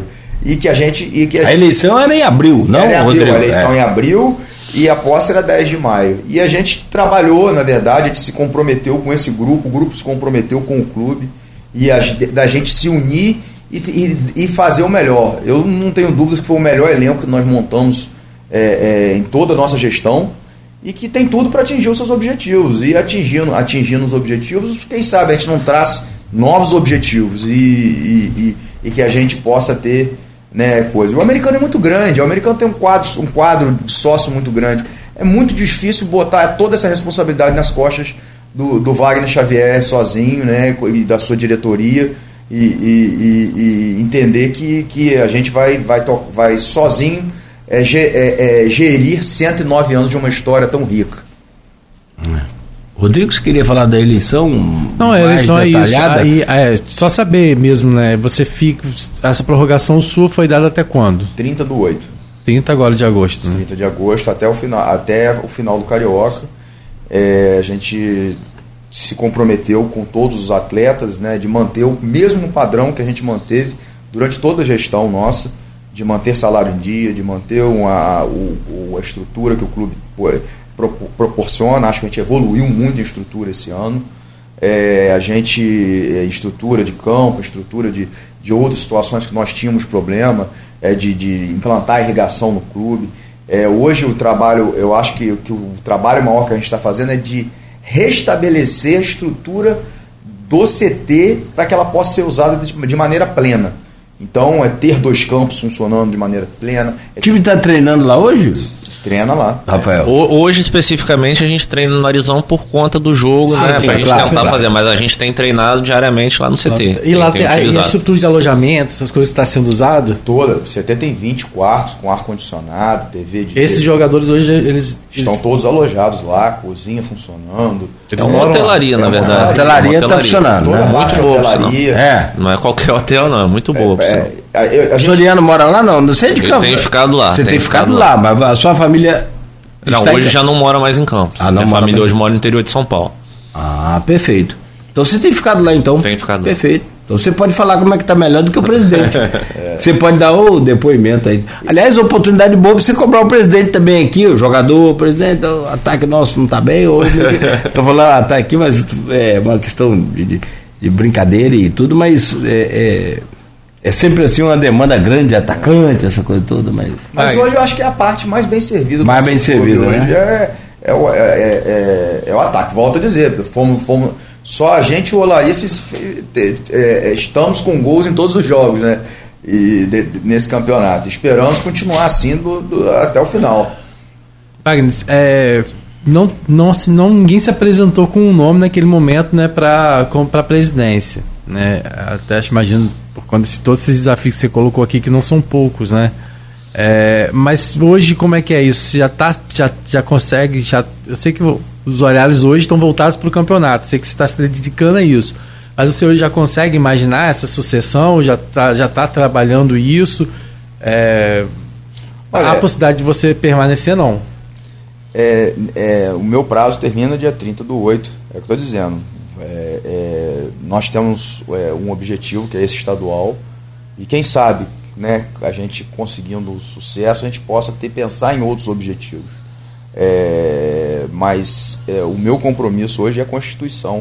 A eleição era em abril, não? Era em abril, Rodrigo, a eleição em abril, e a posse era 10 de maio. E a gente trabalhou, na verdade, a gente se comprometeu com esse grupo, o grupo se comprometeu com o clube, e da gente se unir e fazer o melhor. Eu não tenho dúvidas que foi o melhor elenco que nós montamos em toda a nossa gestão, e que tem tudo para atingir os seus objetivos. E atingindo os objetivos, quem sabe a gente não traz novos objetivos e que a gente possa ter, né, coisa. O americano é muito grande, o americano tem um quadro de sócio muito grande. É muito difícil botar toda essa responsabilidade nas costas do Wagner Xavier sozinho, né, e da sua diretoria, e entender que a gente vai sozinho gerir 109 anos de uma história tão rica. Rodrigo, você queria falar da eleição? Não, a eleição é isso. Aí, só saber mesmo, né? Você fica. Essa prorrogação sua foi dada até quando? 30/8. 30 agora de agosto. 30 de agosto até o final do Carioca. A gente se comprometeu com todos os atletas, né, de manter o mesmo padrão que a gente manteve durante toda a gestão nossa, de manter salário em dia, de manter a estrutura que o clube proporciona. Acho que a gente evoluiu muito em estrutura esse ano. Estrutura de campo, estrutura de outras situações que nós tínhamos problema, de implantar irrigação no clube. Hoje o trabalho, eu acho que o trabalho maior que a gente está fazendo é de restabelecer a estrutura do CT para que ela possa ser usada de maneira plena. Então, ter 2 campos funcionando de maneira plena. O time está treinando lá hoje? Treina lá. Rafael. Hoje, especificamente, a gente treina no Arizão por conta do jogo, né? Pra gente tentar fazer, mas a gente tem treinado diariamente lá no CT. E lá tem a estrutura de alojamento, essas coisas que está sendo usada? Toda. O CT tem 20 quartos com ar-condicionado, TV. Esses jogadores hoje, eles estão todos alojados lá, cozinha funcionando. É uma hotelaria, na verdade. A hotelaria está funcionando, né? Muito boa. Não é qualquer hotel, não. É muito boa. O Soriano mora lá, não sei de Campos. Ele tem ficado lá. Você tem ficado lá, mas a sua família... Não, hoje já não mora mais em Campos. Minha família hoje mora no interior de São Paulo. Ah, perfeito. Então você tem ficado lá, então? Tem ficado lá. Perfeito. Então você pode falar como é que está melhor do que o presidente. Você pode dar o depoimento aí. Aliás, oportunidade boa para você cobrar o presidente também aqui, o jogador, o presidente, o ataque nosso não está bem hoje. Estou falando ataque aqui, mas é uma questão de brincadeira e tudo, mas é sempre assim uma demanda grande de atacante, essa coisa toda, mas hoje eu acho que é a parte mais bem servida. Mais bem servida, né? É o ataque. Volto a dizer, fomos só a gente e o Olaria estamos com gols em todos os jogos, né? Nesse campeonato. Esperamos continuar assim até o final. Wagner, ninguém se apresentou com um nome naquele momento, né, para a presidência, né? Até imagino por conta de todos esses desafios que você colocou aqui, que não são poucos, né? Mas hoje como é que é isso? Você já consegue, eu sei que os olhares hoje estão voltados para o campeonato, sei que você está se dedicando a isso, mas você hoje já consegue imaginar essa sucessão, já está trabalhando isso? Há a possibilidade de você permanecer, não? O meu prazo termina dia 30/8, é o que eu estou dizendo. Nós temos um objetivo que é esse estadual, e quem sabe, né, a gente conseguindo sucesso, a gente possa pensar em outros objetivos. Mas o meu compromisso hoje é a Constituição.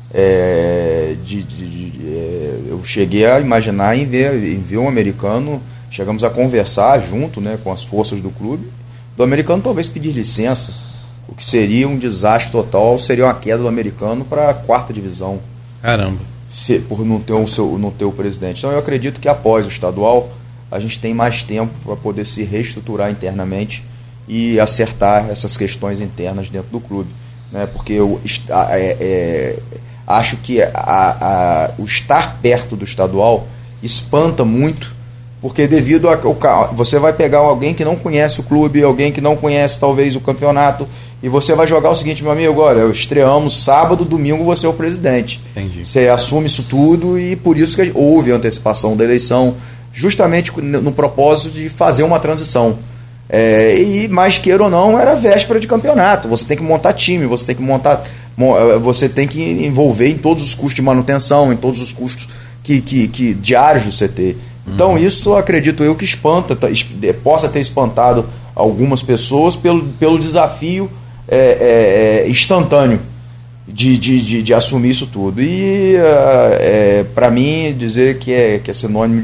Eu cheguei a imaginar em ver um americano, chegamos a conversar junto, né, com as forças do clube, do americano talvez pedir licença, o que seria um desastre total, seria uma queda do americano para a 4ª divisão. Caramba. Por não ter o presidente. Então eu acredito que após o estadual a gente tem mais tempo para poder se reestruturar internamente e acertar essas questões internas dentro do clube, né? Porque eu acho que o estar perto do estadual espanta muito, porque devido você vai pegar alguém que não conhece o clube, alguém que não conhece talvez o campeonato, e você vai jogar o seguinte: meu amigo, olha, estreamos sábado, domingo você é o presidente. Entendi. Você assume isso tudo, e por isso que houve a antecipação da eleição, justamente no propósito de fazer uma transição. E mais queira ou não, era véspera de campeonato. Você tem que montar time, você tem que envolver em todos os custos de manutenção, em todos os custos que diários do CT. Então isso, acredito eu, que possa ter espantado algumas pessoas pelo desafio instantâneo de assumir isso tudo. E para mim, dizer que é sinônimo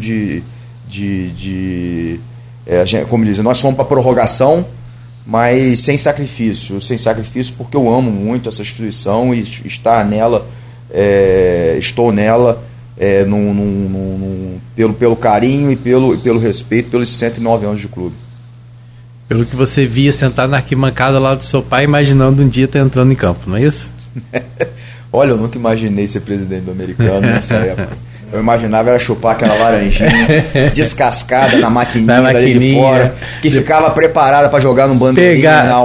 como dizem, nós fomos para a prorrogação, mas sem sacrifício porque eu amo muito essa instituição e estou nela pelo carinho e pelo respeito pelos 109 anos de clube. Pelo que você via sentar na arquibancada lá do seu pai, imaginando um dia estar entrando em campo, não é isso? Olha, eu nunca imaginei ser presidente do americano nessa época. Eu imaginava era chupar aquela laranjinha descascada na maquininha dali de fora, que ficava preparada para jogar no bandeirinha na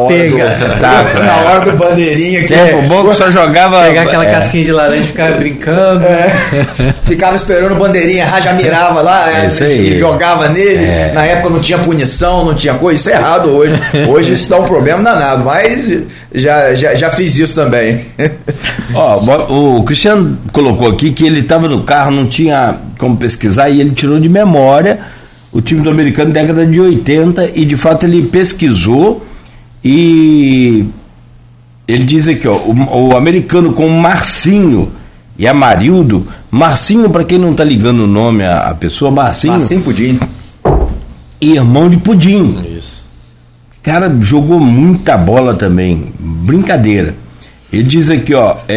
hora do bandeirinha. Que o bom que só jogava... Pegar aquela casquinha de laranja e ficava brincando. Ficava esperando o bandeirinha, já mirava lá, jogava nele. Na época não tinha punição, não tinha coisa. Isso é errado hoje. Hoje isso dá um problema danado, mas já fiz isso também. O Cristiano colocou aqui que ele estava no carro, não tinha como pesquisar, e ele tirou de memória o time do americano da década de 80, e de fato ele pesquisou, e ele diz aqui, o americano com Marcinho e Amarildo. Marcinho, para quem não está ligando o nome a pessoa, Marcinho Pudim, irmão de Pudim. Isso. Cara, jogou muita bola também, brincadeira. Ele diz aqui,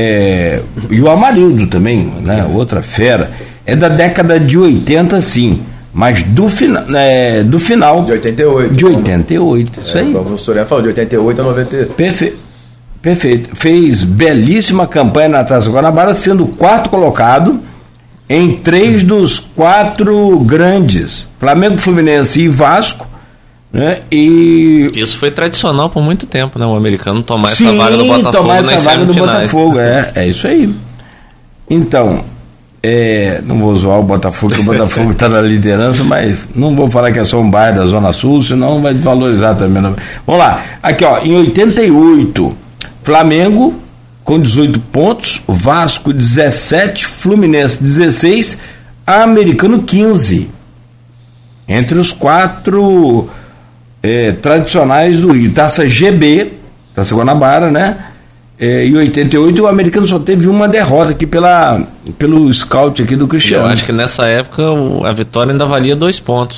e o Amarildo também, né? Outra fera. É da década de 80, sim, mas do final. De 88. De 88, isso aí. O Soriano falou de 88 a 90. Perfeito. Fez belíssima campanha na Taça Guanabara, sendo o quarto colocado em 3 dos 4 grandes: Flamengo, Fluminense e Vasco. Né? E isso foi tradicional por muito tempo, né? O americano tomar essa vaga do Botafogo. Tomar essa vaga do Botafogo, é isso aí. Então, não vou zoar o Botafogo, porque o Botafogo está na liderança, mas não vou falar que é só um bairro da Zona Sul, senão vai desvalorizar também. Vamos lá, aqui em 88, Flamengo com 18 pontos, Vasco 17, Fluminense 16, Americano 15. Entre os 4 tradicionais do Rio. Taça GB, Taça Guanabara, né? Em 88 o americano só teve uma derrota aqui pelo scout aqui do Cristiano. Eu acho que nessa época a vitória ainda valia 2 pontos.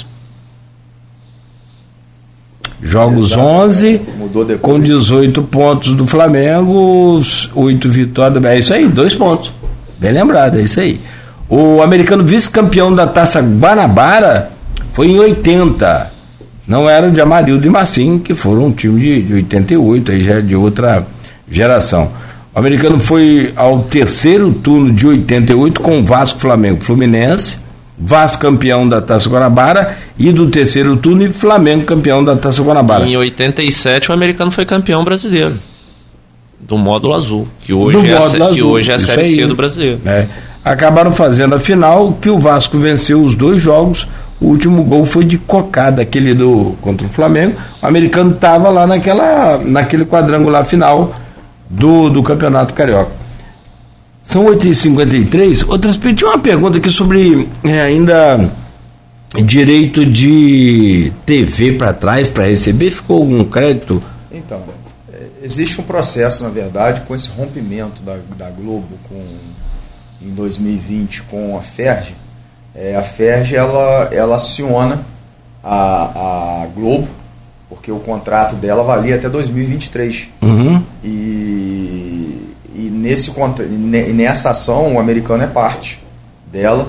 Jogos 11, com 18 pontos do Flamengo, 8 vitórias. É isso aí, 2 pontos. Bem lembrado, é isso aí. O americano vice-campeão da Taça Guanabara foi em 80. Não era o de Amarildo e Marcinho, que foram um time de 88, aí já é de outra geração. O americano foi ao terceiro turno de 88 com Vasco, Flamengo, Fluminense, Vasco campeão da Taça Guanabara, e do terceiro turno e Flamengo campeão da Taça Guanabara. Em 87 o americano foi campeão brasileiro do módulo azul, que hoje é a Série C do brasileiro. Acabaram fazendo a final, que o Vasco venceu os 2 jogos. O último gol foi de cocada, aquele contra o Flamengo. O americano estava lá naquele quadrangular final do Campeonato Carioca. São 8h53. Tinha uma pergunta aqui sobre ainda direito de TV para trás, para receber. Ficou algum crédito? Então, existe um processo, na verdade, com esse rompimento da Globo em 2020 com a FERJ. A FERJ ela aciona a Globo, porque o contrato dela valia até 2023. Uhum. E nessa ação o americano é parte dela.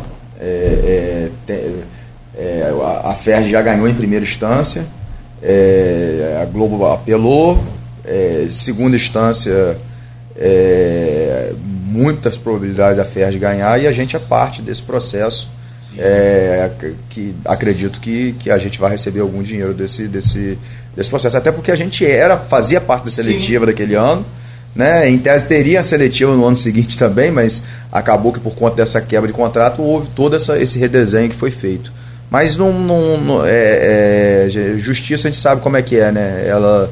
A FERJ já ganhou em primeira instância, a Globo apelou, segunda instância, muitas probabilidades da FERJ ganhar, e a gente é parte desse processo. Que acredito que a gente vai receber algum dinheiro desse processo, até porque a gente fazia parte da seletiva daquele ano, né? Em tese teria a seletiva no ano seguinte também, mas acabou que por conta dessa quebra de contrato houve todo esse redesenho que foi feito. Mas justiça a gente sabe como é que é, né? Ela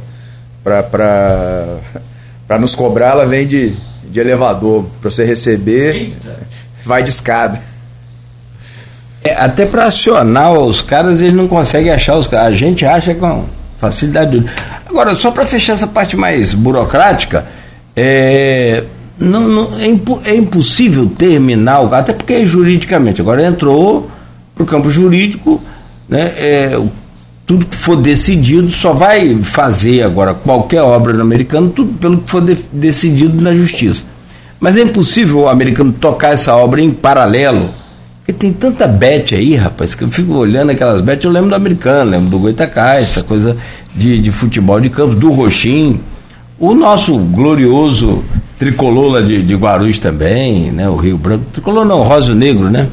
para nos cobrar, ela vem de elevador, para você receber vai de escada. Até para acionar os caras, eles não conseguem achar os caras. A gente acha com facilidade. Agora, só para fechar essa parte mais burocrática, é impossível terminar o caso, até porque juridicamente, agora entrou para o campo jurídico, né? Tudo que for decidido, só vai fazer agora qualquer obra no americano, tudo pelo que for decidido na justiça. Mas é impossível o americano tocar essa obra em paralelo. Porque tem tanta bet aí, rapaz, que eu fico olhando aquelas bets. Eu lembro do americano, lembro do Goitacás, essa coisa de futebol de campo, do Roxim, o nosso glorioso tricolor lá de Guarulhos também, né? O Rio Branco, tricolor não, Rosa Negro, né?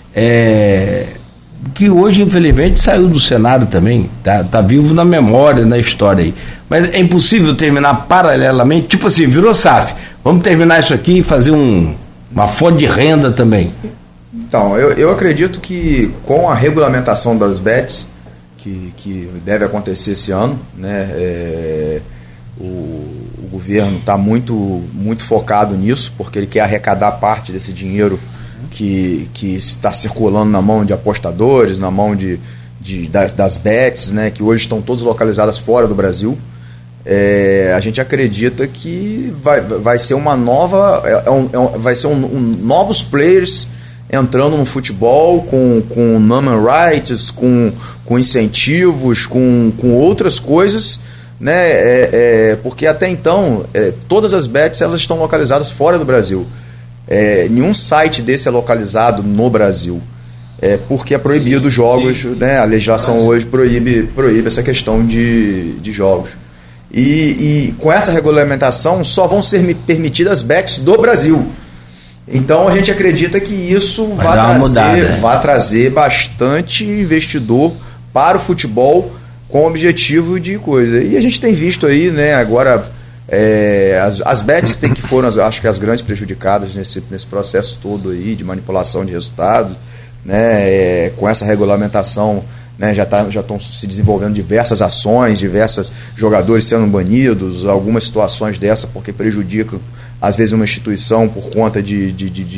que hoje, infelizmente, saiu do cenário também, tá vivo na memória, na história aí. Mas é impossível terminar paralelamente, tipo assim, virou SAF. Vamos terminar isso aqui e fazer uma fonte de renda também. Então, eu acredito que com a regulamentação das bets, que deve acontecer esse ano, né, o governo está muito, muito focado nisso, porque ele quer arrecadar parte desse dinheiro que está circulando na mão de apostadores, na mão das bets, né, que hoje estão todas localizadas fora do Brasil. A gente acredita que vai ser uma nova, vai ser novos players entrando no futebol com number rights, com incentivos, com outras coisas, né? Porque até então todas as bets elas estão localizadas fora do Brasil. Nenhum site desse é localizado no Brasil, porque é proibido os jogos, né? A legislação hoje proíbe essa questão de jogos. E com essa regulamentação só vão ser permitidas bets do Brasil. Então a gente acredita que isso vai trazer bastante investidor para o futebol com o objetivo de coisa. E a gente tem visto aí, né, agora as bets que foram, acho que as grandes prejudicadas nesse processo todo aí de manipulação de resultados, né, com essa regulamentação, né, já estão se desenvolvendo diversas ações, diversos jogadores sendo banidos, algumas situações dessa porque prejudicam às vezes uma instituição por conta de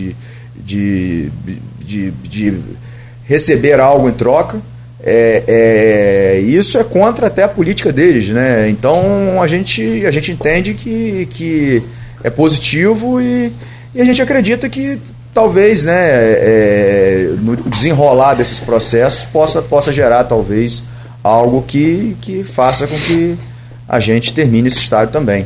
receber algo em troca. Isso é contra até a política deles, né? Então a gente entende que é positivo e a gente acredita que talvez, né, no desenrolar desses processos possa gerar talvez algo que faça com que a gente termine esse estádio também.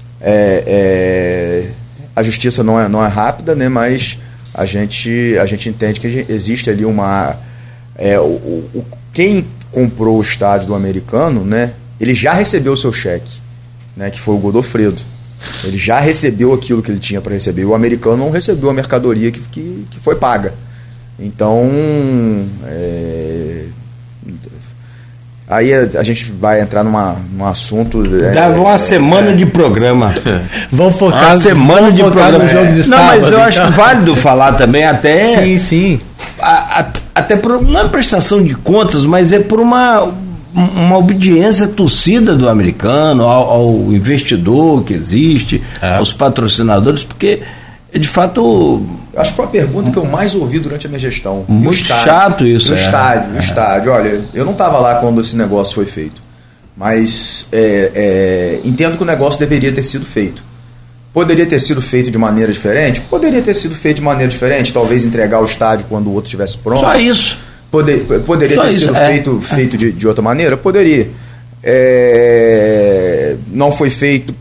A justiça não é rápida, né, mas a gente entende que existe ali quem comprou o estádio do Americano, né, ele já recebeu o seu cheque, né, que foi o Godofredo. Ele já recebeu aquilo que ele tinha para receber. O Americano não recebeu a mercadoria que foi paga. Então, aí a gente vai entrar num assunto. Dava uma semana de programa. Vamos focar uma semana de programa no jogo de sábado. Não, mas eu acho válido falar também até. Sim. Até por não é prestação de contas, mas é por uma obediência torcida do Americano ao investidor que existe, aos patrocinadores, porque de fato acho que foi a pergunta que eu mais ouvi durante a minha gestão. Muito chato isso. No estádio. Olha, eu não estava lá quando esse negócio foi feito, mas entendo que o negócio deveria ter sido feito. Poderia ter sido feito de maneira diferente? Poderia ter sido feito de maneira diferente, talvez entregar o estádio quando o outro estivesse pronto. Só isso. Poderia ter sido feito de outra maneira? Poderia. Não foi feito.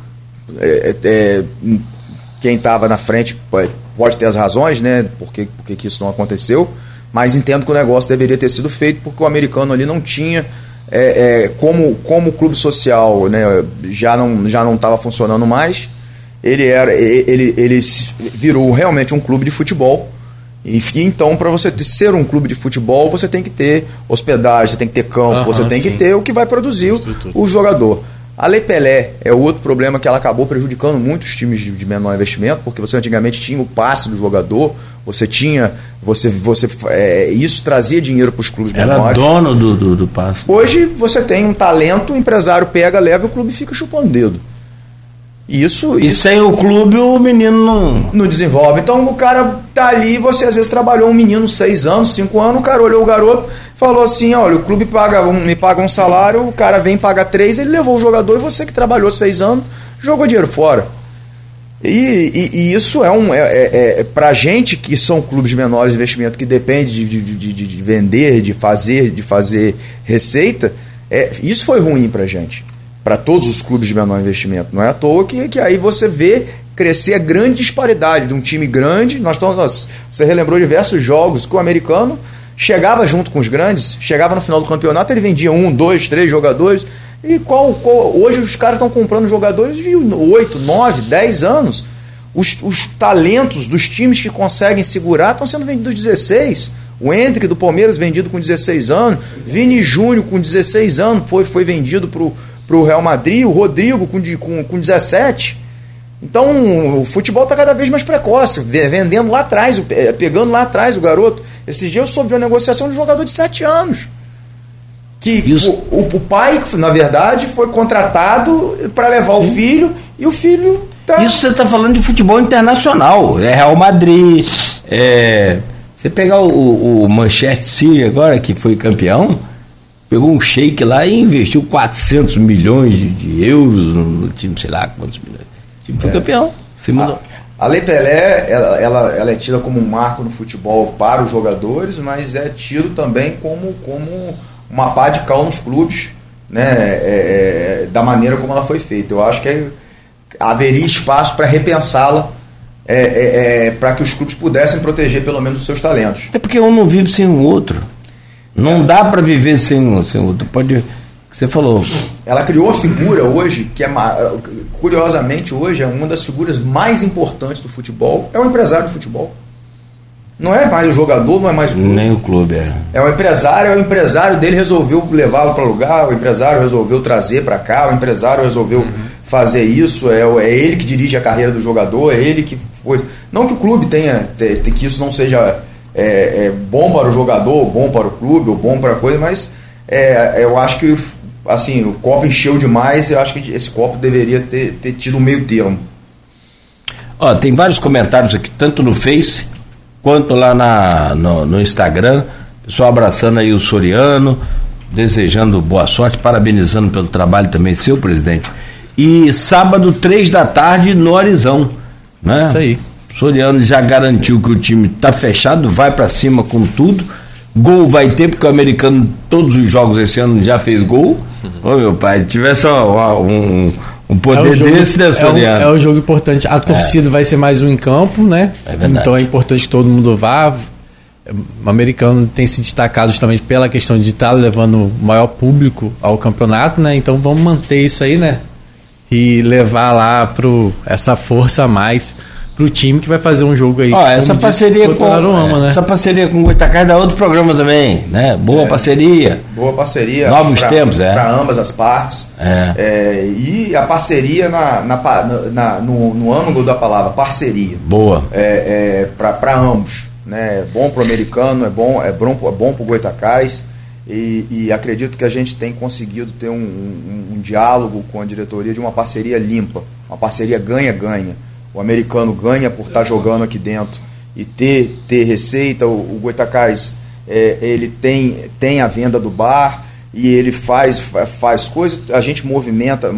Quem estava na frente pode ter as razões, né? Porque que isso não aconteceu, mas entendo que o negócio deveria ter sido feito porque o Americano ali não tinha, como o clube social, né, já não estava funcionando mais. Ele virou realmente um clube de futebol. E então, para você ser um clube de futebol, você tem que ter hospedagem, você tem que ter campo, você tem que ter o que vai produzir o jogador. A Lei Pelé é outro problema que ela acabou prejudicando muito os times de menor investimento, porque você antigamente tinha o passe do jogador, isso trazia dinheiro para os clubes menores. Era dono do passe. Hoje você tem um talento, o empresário pega, leva e o clube fica chupando o dedo. E sem o clube o menino não desenvolve. Então o cara tá ali, você às vezes trabalhou um menino 6 anos, 5 anos, o cara olhou o garoto, falou assim, olha, o clube me paga um salário, o cara vem pagar 3, ele levou o jogador e você que trabalhou 6 anos, jogou dinheiro fora. E isso pra gente que são clubes de menores investimento, que depende de vender, de fazer receita, isso foi ruim pra gente. Para todos os clubes de menor investimento. Não é à toa que aí você vê crescer a grande disparidade de um time grande. Você relembrou diversos jogos que o Americano chegava junto com os grandes, chegava no final do campeonato, ele vendia 1, 2, 3 jogadores. E hoje os caras estão comprando jogadores de 8, 9, 10 anos. Os talentos dos times que conseguem segurar estão sendo vendidos 16. O Hendrick do Palmeiras vendido com 16 anos, Vini Júnior com 16 anos foi vendido pro Real Madrid, o Rodrigo com 17. Então o futebol está cada vez mais precoce, vendendo lá atrás, pegando lá atrás o garoto. Esses dias eu soube de uma negociação de um jogador de 7 anos. Que o pai, na verdade, foi contratado para levar o filho, e o filho tá... Isso você está falando de futebol internacional, é Real Madrid, você pegar o Manchester City agora, que foi campeão, pegou um shake lá e investiu 400 milhões de euros no time, sei lá quantos milhões. O time foi campeão. A Lei Pelé, ela é tida como um marco no futebol para os jogadores, mas é tido também como uma pá de cal nos clubes, né, da maneira como ela foi feita. Eu acho que haveria espaço para repensá-la, para que os clubes pudessem proteger pelo menos os seus talentos. Até porque um não vive sem o outro. Não dá para viver sem o outro. Você falou. Ela criou a figura hoje, que curiosamente hoje é uma das figuras mais importantes do futebol, é o empresário do futebol. Não é mais o jogador, não é mais o clube. Nem o clube, É o empresário dele resolveu levá-lo para lugar, o empresário resolveu trazer para cá, o empresário resolveu fazer isso, é ele que dirige a carreira do jogador, é ele que foi... Não que o clube tenha que isso não seja bom para o jogador, bom para o clube, ou bom para a coisa, mas eu acho que assim, o copo encheu demais, eu acho que esse copo deveria ter tido um meio termo. Tem vários comentários aqui, tanto no Face quanto lá no Instagram, pessoal abraçando aí o Soriano, desejando boa sorte, parabenizando pelo trabalho também seu, presidente. E sábado, 3h no Arizão, né? Isso aí. O Soriano já garantiu que o time tá fechado, vai para cima com tudo. Gol vai ter, porque o americano, todos os jogos esse ano já fez gol. Ô meu pai, tivesse um poder desse, né, Soriano? É um jogo importante. A torcida vai ser mais um em campo, né? Então é importante que todo mundo vá. O americano tem se destacado justamente pela questão de estar levando o maior público ao campeonato, né? Então vamos manter isso aí, né? E levar lá essa força a mais pro time que vai fazer um jogo aí. Essa parceria essa parceria com o Goitacás dá outro programa também, né? Boa parceria. Boa parceria. Novos tempos, para ambas as partes. E a parceria no âmbito da palavra, parceria. Boa. Para ambos, né? É bom pro americano, é bom pro Goitacás. E acredito que a gente tem conseguido ter um diálogo com a diretoria de uma parceria limpa, uma parceria ganha-ganha. O americano ganha por estar jogando aqui dentro e ter receita. O Goitacás ele tem a venda do bar e ele faz coisas, a gente movimenta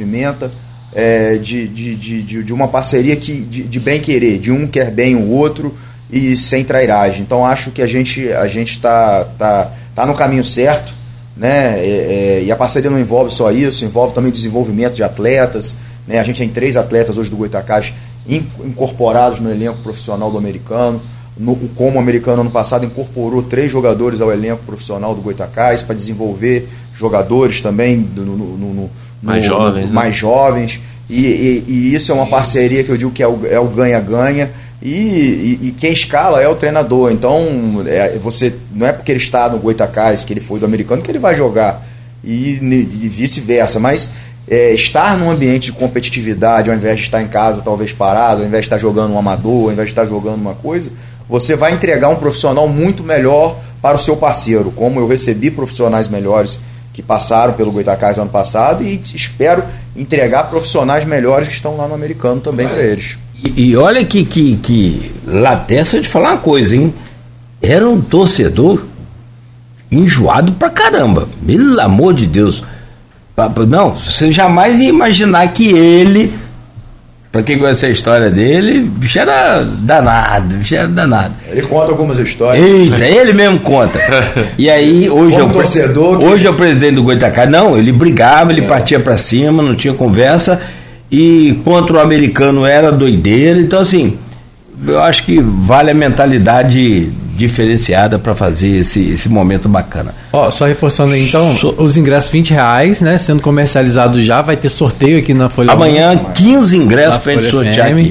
de uma parceria de bem querer, de um quer bem o outro e sem trairagem. Então acho que a gente tá no caminho certo, né? E a parceria não envolve só isso, envolve também desenvolvimento de atletas, né? A gente tem 3 atletas hoje do Goitacás incorporados no elenco profissional do americano. Como o americano ano passado incorporou 3 jogadores ao elenco profissional do Goitacás para desenvolver jogadores também mais jovens. E isso é uma parceria que eu digo que é o ganha-ganha. E quem escala é o treinador. Então você não é porque ele está no Goitacás, que ele foi do americano, que ele vai jogar, e vice-versa, mas estar num ambiente de competitividade, ao invés de estar em casa talvez parado, ao invés de estar jogando um amador, ao invés de estar jogando uma coisa, você vai entregar um profissional muito melhor para o seu parceiro, como eu recebi profissionais melhores que passaram pelo Goitacás ano passado, e espero entregar profissionais melhores que estão lá no americano também para eles. E olha que lá até, se eu te falar uma coisa, hein? Era um torcedor enjoado pra caramba, pelo amor de Deus. Não, você jamais ia imaginar que ele, pra quem conhece a história dele, bicho era danado. Ele conta algumas histórias. Eita, ele mesmo conta. E aí, hoje hoje é o presidente do Goitacás. Não, ele brigava, ele partia pra cima, não tinha conversa. E contra o americano era doideira. Então assim, eu acho que vale a mentalidade diferenciada para fazer esse momento bacana. Só reforçando aí, então, os ingressos R$20, né, sendo comercializados já, vai ter sorteio aqui na Folha. Amanhã 15 ingressos para a gente sortear aqui.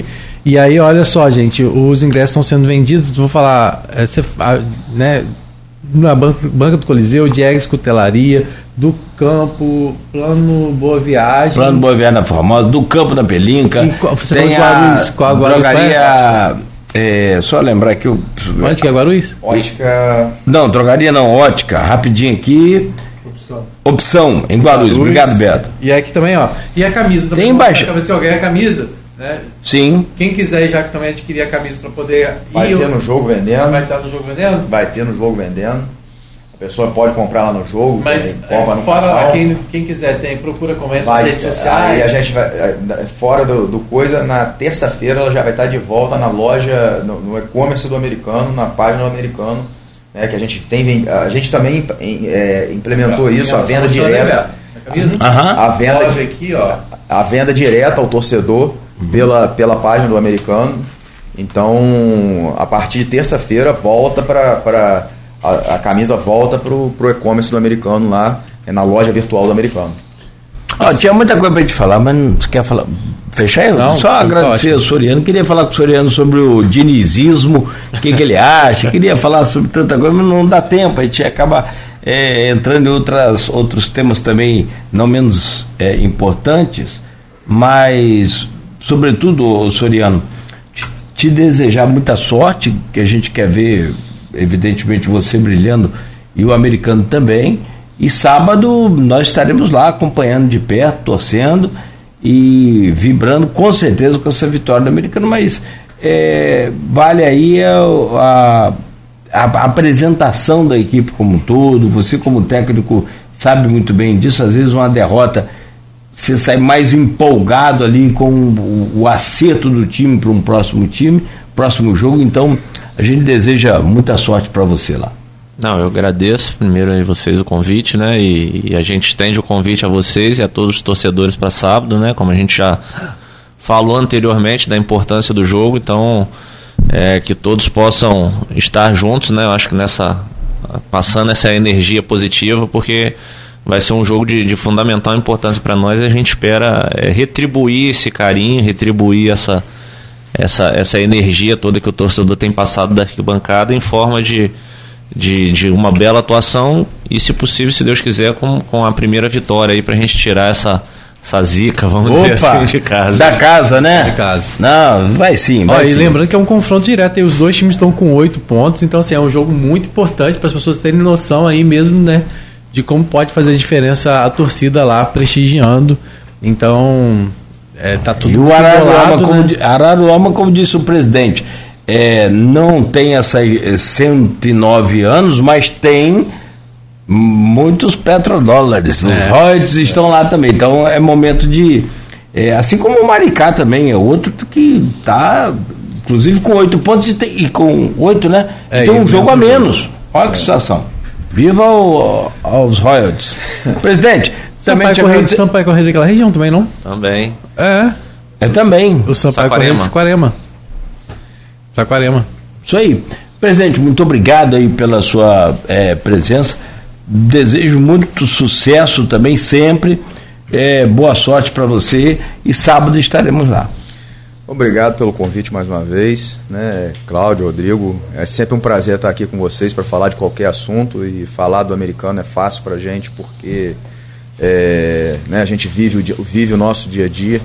E aí, olha só, gente, os ingressos estão sendo vendidos, vou falar, né, na banca do Coliseu, Diegues Cutelaria, do Campo, Plano Boa Viagem. Plano Boa Viagem na Formosa, do Campo na Pelinca. Você tem qual a drogaria. Só lembrar que onde que é Guarulhos? Ótica. Não, drogaria não, ótica. Rapidinho aqui. Opção em Guarulhos. Obrigado, Beto. E aqui também, ó. E a camisa também. Tem embaixo. Se alguém a camisa, né? Sim. Quem quiser já também adquirir a camisa para poder vai ter no jogo vendendo. Vai estar no jogo vendendo? Vai ter no jogo vendendo. A pessoa pode comprar lá no jogo. Mas compra no fora quem quiser procura comentar nas redes sociais. Aí a gente vai fora do coisa, na terça-feira ela já vai estar de volta na loja, no e-commerce do americano, na página do americano, né, que a gente também implementou isso, a venda direta. A venda direta ao torcedor pela página do americano. Então, a partir de terça-feira volta para a camisa volta pro e-commerce do americano lá, na loja virtual do americano. Tinha muita coisa pra gente falar, mas não quer falar. Fechar? Não, só agradecer ao Soriano. Queria falar com o Soriano sobre o dinizismo, o que ele acha. Queria falar sobre tanta coisa, mas não dá tempo. A gente acaba entrando em outros temas também não menos importantes, mas, sobretudo, Soriano, te desejar muita sorte, que a gente quer ver, evidentemente, você brilhando e o americano também. E sábado nós estaremos lá acompanhando de perto, torcendo e vibrando com certeza com essa vitória do americano. Mas vale aí a apresentação da equipe como um todo. Você, como técnico, sabe muito bem disso. Às vezes uma derrota, você sai mais empolgado ali com o acerto do time para um próximo jogo. Então a gente deseja muita sorte para você lá. Não, eu agradeço primeiro a vocês o convite, né? E a gente estende o convite a vocês e a todos os torcedores para sábado, né? Como a gente já falou anteriormente da importância do jogo, então que todos possam estar juntos, né? Eu acho que passando essa energia positiva, porque vai ser um jogo de fundamental importância para nós, e a gente espera retribuir esse carinho, retribuir essa energia toda que o torcedor tem passado da arquibancada em forma de uma bela atuação e, se possível, se Deus quiser, com a primeira vitória aí, pra gente tirar essa zica, vamos dizer assim, de casa. Da casa, né? De casa. Não, vai sim. E lembrando que é um confronto direto, e os dois times estão com 8 pontos, então assim, é um jogo muito importante para as pessoas terem noção aí mesmo, né, de como pode fazer diferença a torcida lá prestigiando. Então, tá tudo. E o Araruama, como disse o presidente, não tem essa 109 anos, mas tem muitos petrodólares. Os royalties estão lá também. Então é momento de. Assim como o Maricá também é outro que está, inclusive, com 8 pontos e com 8, né? Tem um jogo a menos. Olha que situação. Viva aos royalties. Presidente, também Sampaio Correia daquela região também, não? Também. Também. O Sampaio Correia de Saquarema. Isso aí. Presidente, muito obrigado aí pela sua presença. Desejo muito sucesso também, sempre. Boa sorte para você e sábado estaremos lá. Obrigado pelo convite mais uma vez, né, Cláudio, Rodrigo. É sempre um prazer estar aqui com vocês para falar de qualquer assunto, e falar do americano é fácil para a gente porque né, a gente vive o nosso dia a dia.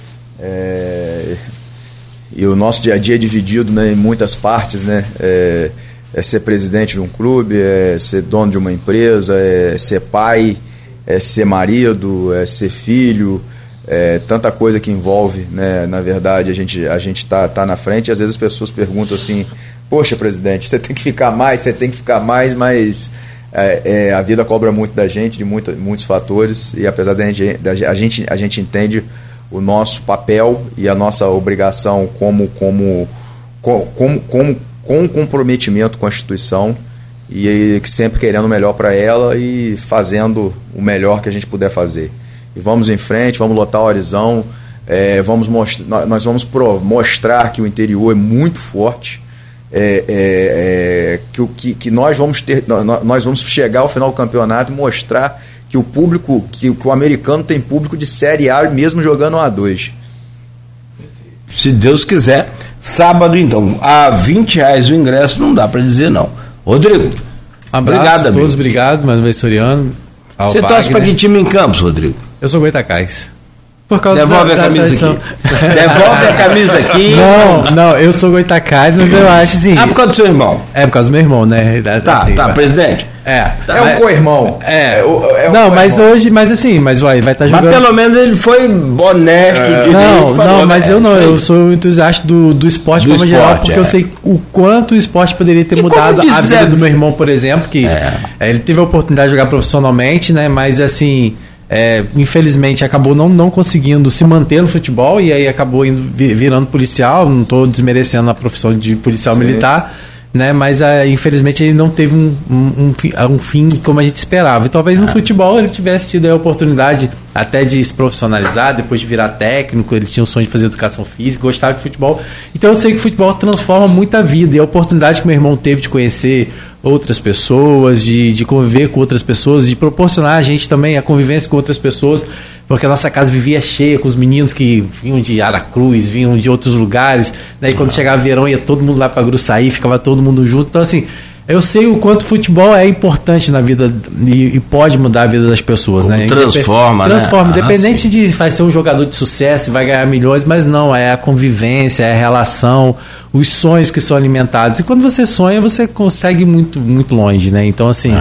E o nosso dia a dia é dividido, né, em muitas partes, né? É ser presidente de um clube, é ser dono de uma empresa, é ser pai, é ser marido, é ser filho, tanta coisa que envolve, né? Na verdade, a gente tá na frente, e às vezes as pessoas perguntam assim: poxa, presidente, você tem que ficar mais, mas a vida cobra muito da gente, de muitos fatores, e apesar a gente entende o nosso papel e a nossa obrigação com comprometimento com a instituição, e sempre querendo o melhor para ela e fazendo o melhor que a gente puder fazer. E vamos em frente, vamos lotar o Horizão, nós vamos mostrar que o interior é muito forte, que nós vamos chegar ao final do campeonato e mostrar que o público, que o americano tem público de Série A mesmo jogando A2. Se Deus quiser, sábado então, a R$20 o ingresso, não dá para dizer não. Rodrigo, obrigado a todos, obrigado, mais uma vez, Soriano. Você torce para que time em Campos, Rodrigo? Eu sou Goitacás. Devolve a camisa aqui. Devolve a camisa aqui. Não, eu sou Goitacás, mas eu acho assim. Por causa do seu irmão? É por causa do meu irmão, né? Assim, presidente. É um co-irmão. Mas hoje, mas vai estar jogando. Mas pelo menos ele foi honesto, direito. Eu sou entusiasta do esporte como geral, porque eu sei o quanto o esporte poderia ter mudado a vida do meu irmão, por exemplo, que ele teve a oportunidade de jogar profissionalmente, né? Mas assim. Infelizmente acabou não conseguindo se manter no futebol e aí acabou virando policial. Não estou desmerecendo a profissão de policial militar, né? Mas infelizmente ele não teve um fim como a gente esperava. E talvez no futebol ele tivesse tido a oportunidade até de se profissionalizar, depois de virar técnico. Ele tinha o sonho de fazer educação física, gostava de futebol. Então eu sei que o futebol transforma muita vida, e a oportunidade que meu irmão teve de conhecer outras pessoas, de conviver com outras pessoas, de proporcionar a gente também a convivência com outras pessoas, porque a nossa casa vivia cheia com os meninos que vinham de Aracruz, vinham de outros lugares, né? E quando chegava verão ia todo mundo lá para Gruçaí, ficava todo mundo junto. Então assim, eu sei o quanto o futebol é importante na vida e pode mudar a vida das pessoas, né? Transforma, independente de vai ser um jogador de sucesso, vai ganhar milhões, mas não, é a convivência, é a relação, os sonhos que são alimentados. E quando você sonha, você consegue muito, muito longe, né? Então, assim,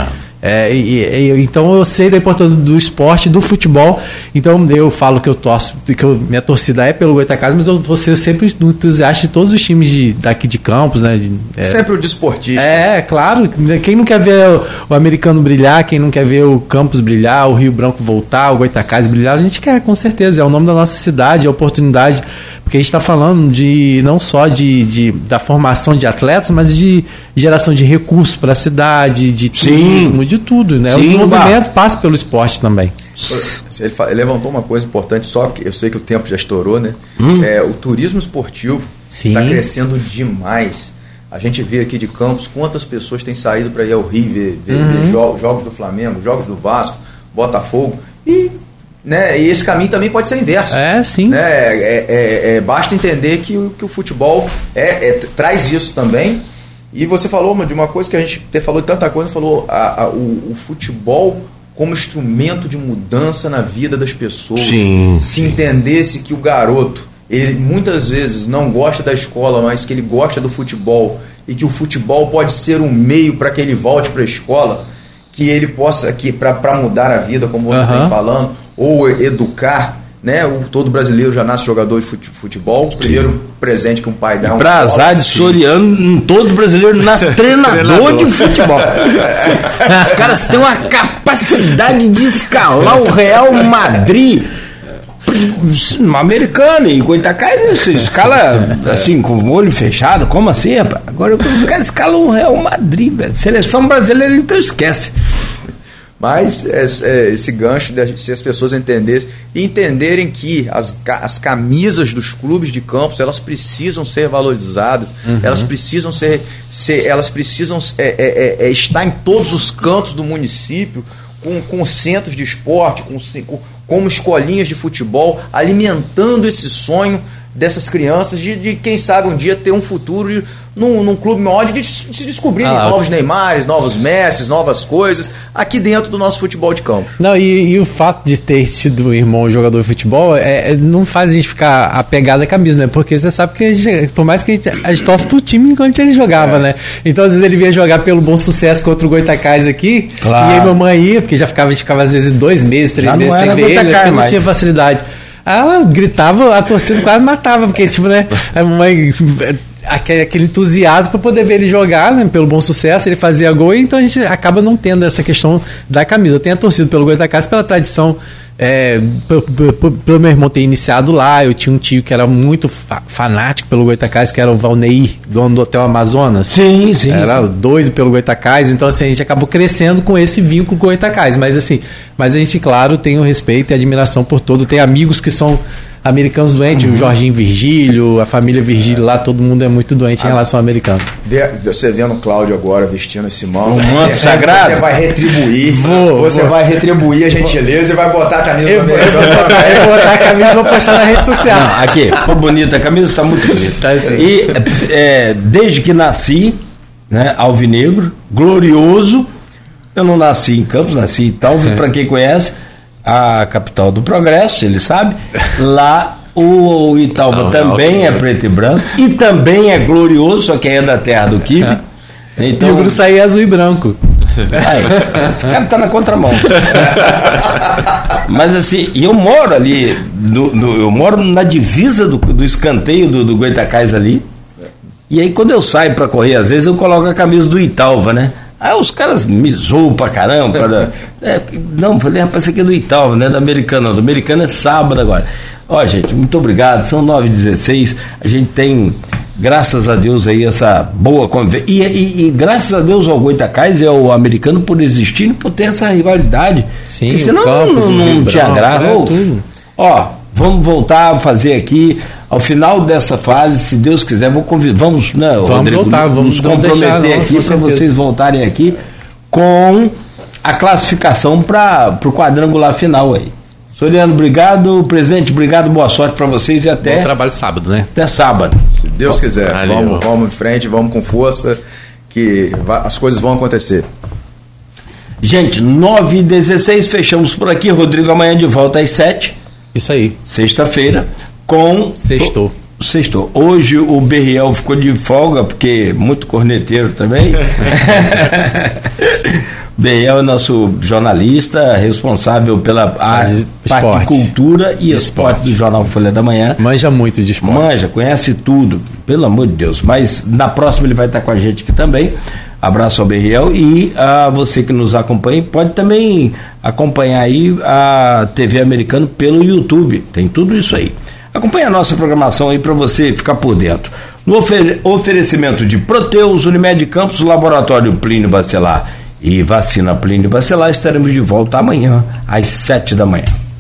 então eu sei da importância do esporte, do futebol. Então eu falo que eu torço, minha torcida é pelo Goitacás, mas eu vou ser sempre entusiasta de todos os times daqui de Campos, né? Sempre o desportista. Claro. Quem não quer ver o americano brilhar, quem não quer ver o Campos brilhar, o Rio Branco voltar, o Goitacás brilhar, a gente quer, com certeza. É o nome da nossa cidade, é a oportunidade. Porque a gente está falando não só da formação de atletas, mas de geração de recursos para a cidade, de turismo, de tudo, né? O desenvolvimento passa pelo esporte também. Ele levantou uma coisa importante, só que eu sei que o tempo já estourou, né? O turismo esportivo está crescendo demais. A gente vê aqui de Campos quantas pessoas têm saído para ir ao Rio ver jogos do Flamengo, jogos do Vasco, Botafogo e esse caminho também pode ser inverso. Sim. Né? Basta entender que o futebol traz isso também. E você falou de uma coisa que a gente falou de tanta coisa, falou o futebol como instrumento de mudança na vida das pessoas. Se entendesse que o garoto, ele muitas vezes não gosta da escola, mas que ele gosta do futebol, e que o futebol pode ser um meio para que ele volte para a escola, que ele possa, para mudar a vida, como você está falando, ou educar, né? Todo brasileiro já nasce jogador de futebol. O primeiro presente que um pai dá para azar de Soriano, todo brasileiro nasce treinador de futebol. Os caras têm uma capacidade de escalar o Real Madrid, americano, e Goitacás escala assim, com o olho fechado. Como assim, rapaz? Agora os caras escalam o Real Madrid, velho. Seleção brasileira, então esquece. Mas esse gancho, se as pessoas entenderem que as camisas dos clubes de Campos, elas precisam ser valorizadas, elas precisam estar em todos os cantos do município, com centros de esporte, como escolinhas de futebol, alimentando esse sonho dessas crianças de quem sabe um dia ter um futuro num clube maior, de se descobrirem novos Neymares, novos Messis, novas coisas aqui dentro do nosso futebol de Campos. Não, e o fato de ter tido um irmão jogador de futebol não faz a gente ficar apegado à camisa, né? Porque você sabe que por mais que a gente torce pro time enquanto ele jogava, né? Então às vezes ele vinha jogar pelo Bom Sucesso contra o Goitacás aqui, e aí minha mãe ia, porque a gente ficava às vezes 2 meses, 3 meses sem ver ele, porque não tinha facilidade. Ela gritava, a torcida quase matava, porque, tipo, né, a mãe, aquele entusiasmo para poder ver ele jogar, né, pelo Bom Sucesso, ele fazia gol, então a gente acaba não tendo essa questão da camisa. Eu tenho torcido pelo Goitacás pela tradição, pelo meu irmão ter iniciado lá. Eu tinha um tio que era muito fanático pelo Goitacás, que era o Valneir, dono do Hotel Amazonas. Sim. Era doido pelo Goitacás, então assim, a gente acabou crescendo com esse vínculo com o Goitacás, mas a gente, claro, tem o respeito e admiração por todo. Tem amigos que são americanos doentes, o Jorginho Virgílio, a família Virgílio lá, todo mundo é muito doente em relação ao americano. Você vendo o Cláudio agora vestindo esse manto, manto sagrado, você vai retribuir, vai retribuir a gentileza e vai botar a camisa do americano. Eu vou botar a camisa e vou postar na rede social. Não, aqui, ficou bonita, a camisa está muito bonita. Tá assim. E desde que nasci, né, alvinegro, glorioso, eu não nasci em Campos, nasci em Italva, para quem conhece, a capital do progresso, ele sabe, lá o Italva também é preto e branco, e também é glorioso, só que é da terra do quibe. Então, e o Gruçaí é azul e branco. Esse cara tá na contramão. Mas assim, eu moro ali, eu moro na divisa do escanteio do Goitacás ali, e aí quando eu saio para correr, às vezes eu coloco a camisa do Italva, né? Aí os caras me zoam pra caramba. Não, falei, rapaz, isso aqui é do Italva, não é do americano, não. Do americano é sábado agora. Ó, gente, muito obrigado. São 9h16. A gente tem, graças a Deus, aí essa boa convivência. E graças a Deus ao Goitacás e ao americano por existir e por ter essa rivalidade. Sim, senão não tinha graça. Ó, vamos voltar a fazer aqui. Ao final dessa fase, se Deus quiser, vamos, né, Rodrigo, voltar, vamos nos comprometer aqui para vocês voltarem aqui com a classificação para o quadrangular final aí. Soriano, obrigado. Presidente, obrigado. Boa sorte para vocês e até... Bom trabalho sábado, né? Até sábado. Se Deus quiser. Vamos em frente, vamos com força, que as coisas vão acontecer. Gente, 9h16, fechamos por aqui. Rodrigo, amanhã de volta às 7h. Isso aí. Sexta-feira. Sextou. Hoje o Berriel ficou de folga, porque muito corneteiro também. Berriel é nosso jornalista, responsável pela parte cultura e esporte do Jornal Folha da Manhã. Manja muito de esporte. Conhece tudo, pelo amor de Deus. Mas na próxima ele vai estar com a gente aqui também. Abraço ao Berriel e a você que nos acompanha, pode também acompanhar aí a TV Americano pelo YouTube. Tem tudo isso aí. Acompanhe a nossa programação aí para você ficar por dentro. No oferecimento de Proteus, Unimed Campos, Laboratório Plínio Bacelar e Vacina Plínio Bacelar, estaremos de volta amanhã às 7h da manhã.